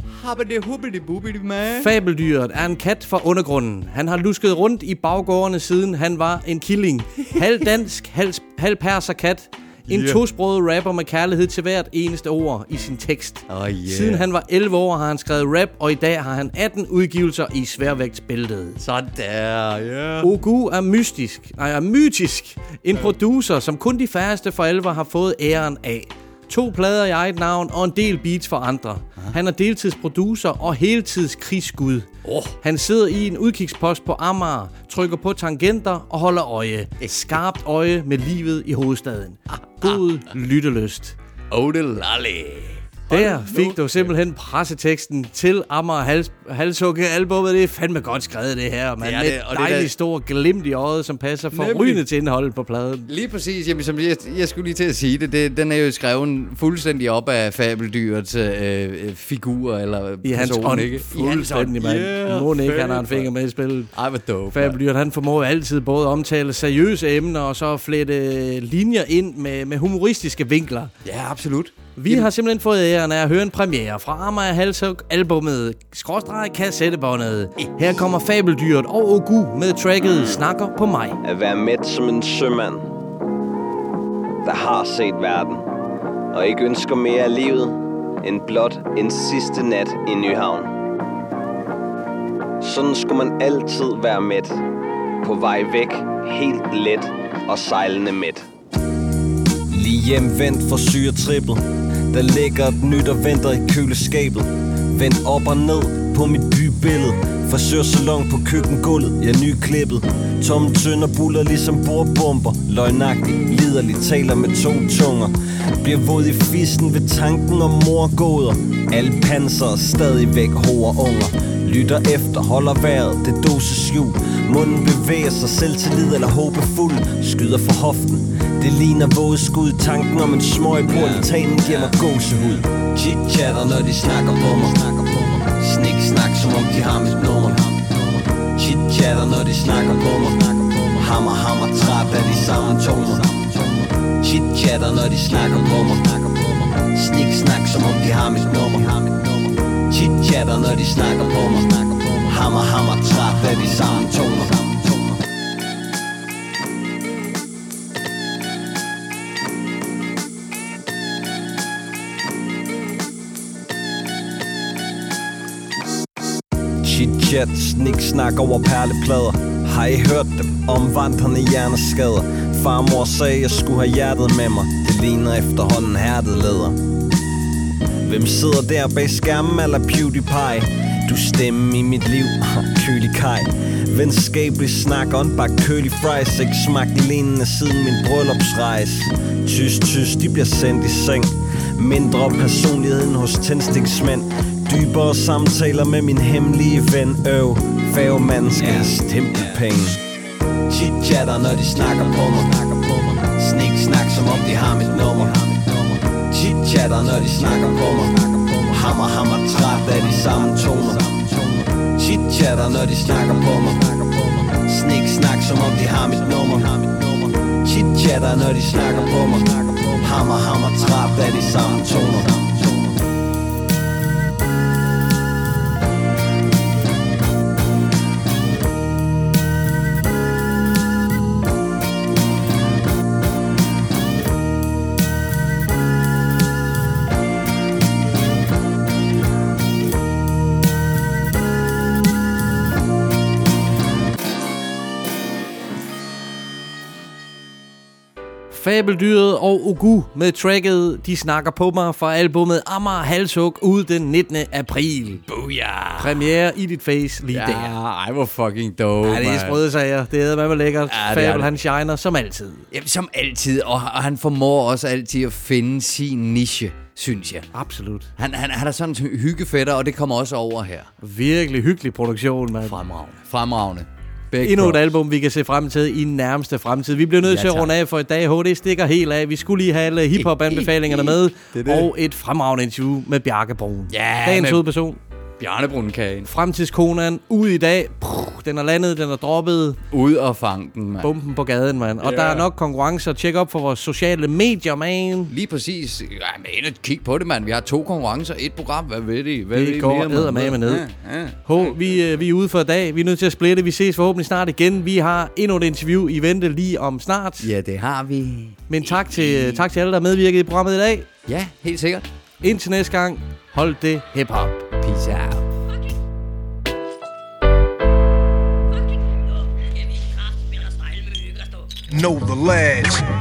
Fabeldyret er en kat fra undergrunden. Han har lusket rundt i baggårdene siden han var en killing. Halv dansk, halv, halv perser kat. En yeah. tosproget rapper med kærlighed til hvert eneste ord i sin tekst. Oh, yeah. Siden han var elleve år har han skrevet rap, og i dag har han atten udgivelser i sværvægtsbæltet. Sådan der, ja. Yeah. Ogu er mystisk, nej, er mytisk. En producer, som kun de færreste for alvor har fået æren af. To plader i eget navn og en del beats for andre. Aha. Han er deltidsproducer og heltidskrigsgud. Oh. Han sidder i en udkigspost på Amager, trykker på tangenter og holder øje. Et skarpt øje med livet i hovedstaden. God lyttelyst. Odelale. Der fik du simpelthen presseteksten til Amager Hals- Halshug-albummet. Det er fandme godt skrevet, det her, man. Det med et dejligt stort glimt i øjet, som passer forrygende til indholdet på pladen. Lige præcis. Jamen, som jeg, jeg skulle lige til at sige det, det. Den er jo skrevet fuldstændig op af Fabeldyrets øh, figur eller i hans person, ånd, ikke? Fuldstændig, mand. Yeah, Må ikke, han har en finger med i spillet. Ej, hvor dope. Fabeldyret, han formår altid både at omtale seriøse emner og så flette linjer ind med, med humoristiske vinkler. Ja, absolut. Vi Jamen. har simpelthen fået æren af at høre en premiere fra Amager Halshug-albummet skråstreg kassettebåndet. Her kommer Fabeldyret og Ogu med tracket Snakker på mig. At være mæt som en sømand, der har set verden, og ikke ønsker mere af livet end blot en sidste nat i Nyhavn. Sådan skulle man altid være mæt, på vej væk, helt let og sejlende mæt. Lige hjemvendt fra syretrippet, der ligger et nyt og venter i køleskabet. Vendt op og ned på mit bybillede, frisørsalon på køkkengulvet, jeg nyklippet. Tomme tønder buller ligesom bordbomber, løgnagtigt, liderligt taler med to tunger. Bliver våd i fissen ved tanken om morgåder. Alle panser stadigvæk hover unger. Lytter efter, holder vejret, det doses hjul. Munden bevæger sig, selvtillid eller håbefuld. Skyder for hoften, det ligner vågeskud. Tanken om en smøg på altanen giver mig gåsehud. Chit-chatter, når de snakker på mig. Snik-snak, som om de har mit nummer. Chit-chatter, når de snakker på mig. Hammer, hammer, træt af de samme toner. Chit-chatter, når de snakker på mig. Snik-snak, som om de har mit nummer. Chit-chatter, når de snakker på mig. Hammer, hammer, træt af de samme toner. Chit-chat, snik-snak over perleplader. Har I hørt dem om vandrende hjerneskader? Farmor sagde, jeg skulle have hjertet med mig. Det ligner efterhånden hærdet læder. Hvem sidder der bag skærmen eller PewDiePie? Du stemme i mit liv, kølig kaj. Venskabelig snak og en bakke curly fries. Ikke smagt lignende siden min bryllupsrejse. Tyst, tyst, de bliver sendt i seng. Mindre personligheden hos tændstiksmænd. Dybere samtaler med min hemmelige ven. Øv, færgemanden skal have stempelpenge. Chit-chatter, når de snakker på mig. Snik-snak, som om de har mit nummer. Chit-chatter, når de snakker på mig. Hammer, hammer, træt af de samme toner. Chit-chatter, når de snakker på mig. Snik-snak, som om de har mit nummer. Chit-chatter skatter, når de snakker på mig. Hammer, hammer, træt af de samme toner. Fabeldyret og Ugu med tracket De snakker på mig fra albumet Amager Halshug ud den nittende april. Booyah! Premiere i dit face lige ja, der. Ej, hvor fucking dope, ja, det er sprøde sager. Det er meget lækkert. Ja, Fabel, han shiner som altid. Jamen, som altid. Og, og han formår også altid at finde sin niche, synes jeg. Absolut. Han, han, han er sådan en hyggefætter, og det kommer også over her. Virkelig hyggelig produktion, mand. Fremragende. Fremragende. Big Endnu props. Et album, vi kan se frem til i nærmeste fremtid. Vi bliver nødt ja, til at runde af for i dag. H D stikker helt af. Vi skulle lige have alle hiphop-anbefalingerne med. Det det. Og et fremragende interview med Bjarke Brun. Ja, dagens hovedperson. Bjarne Brunkagen. Fremtidskonaen. Ude i dag. Puh, den er landet, den er droppet. Ud og fange den, mand. Bumpen på gaden, mand. Og yeah. der er nok konkurrencer. Tjek op for vores sociale medier, man. Lige præcis. Ja, men kig på det, mand. Vi har to konkurrencer. Et program. Hvad ved I? Hvad det går eddermame ned. Ja, ja. H, vi, vi er ude for i dag. Vi er nødt til at splitte. Vi ses forhåbentlig snart igen. Vi har endnu et interview i vente lige om snart. Ja, det har vi. Men tak til, tak til alle, der har medvirket i programmet i dag. Ja, helt sikkert. Indtil næste gang. Hold det hip-hop. Peace out. Know the lads.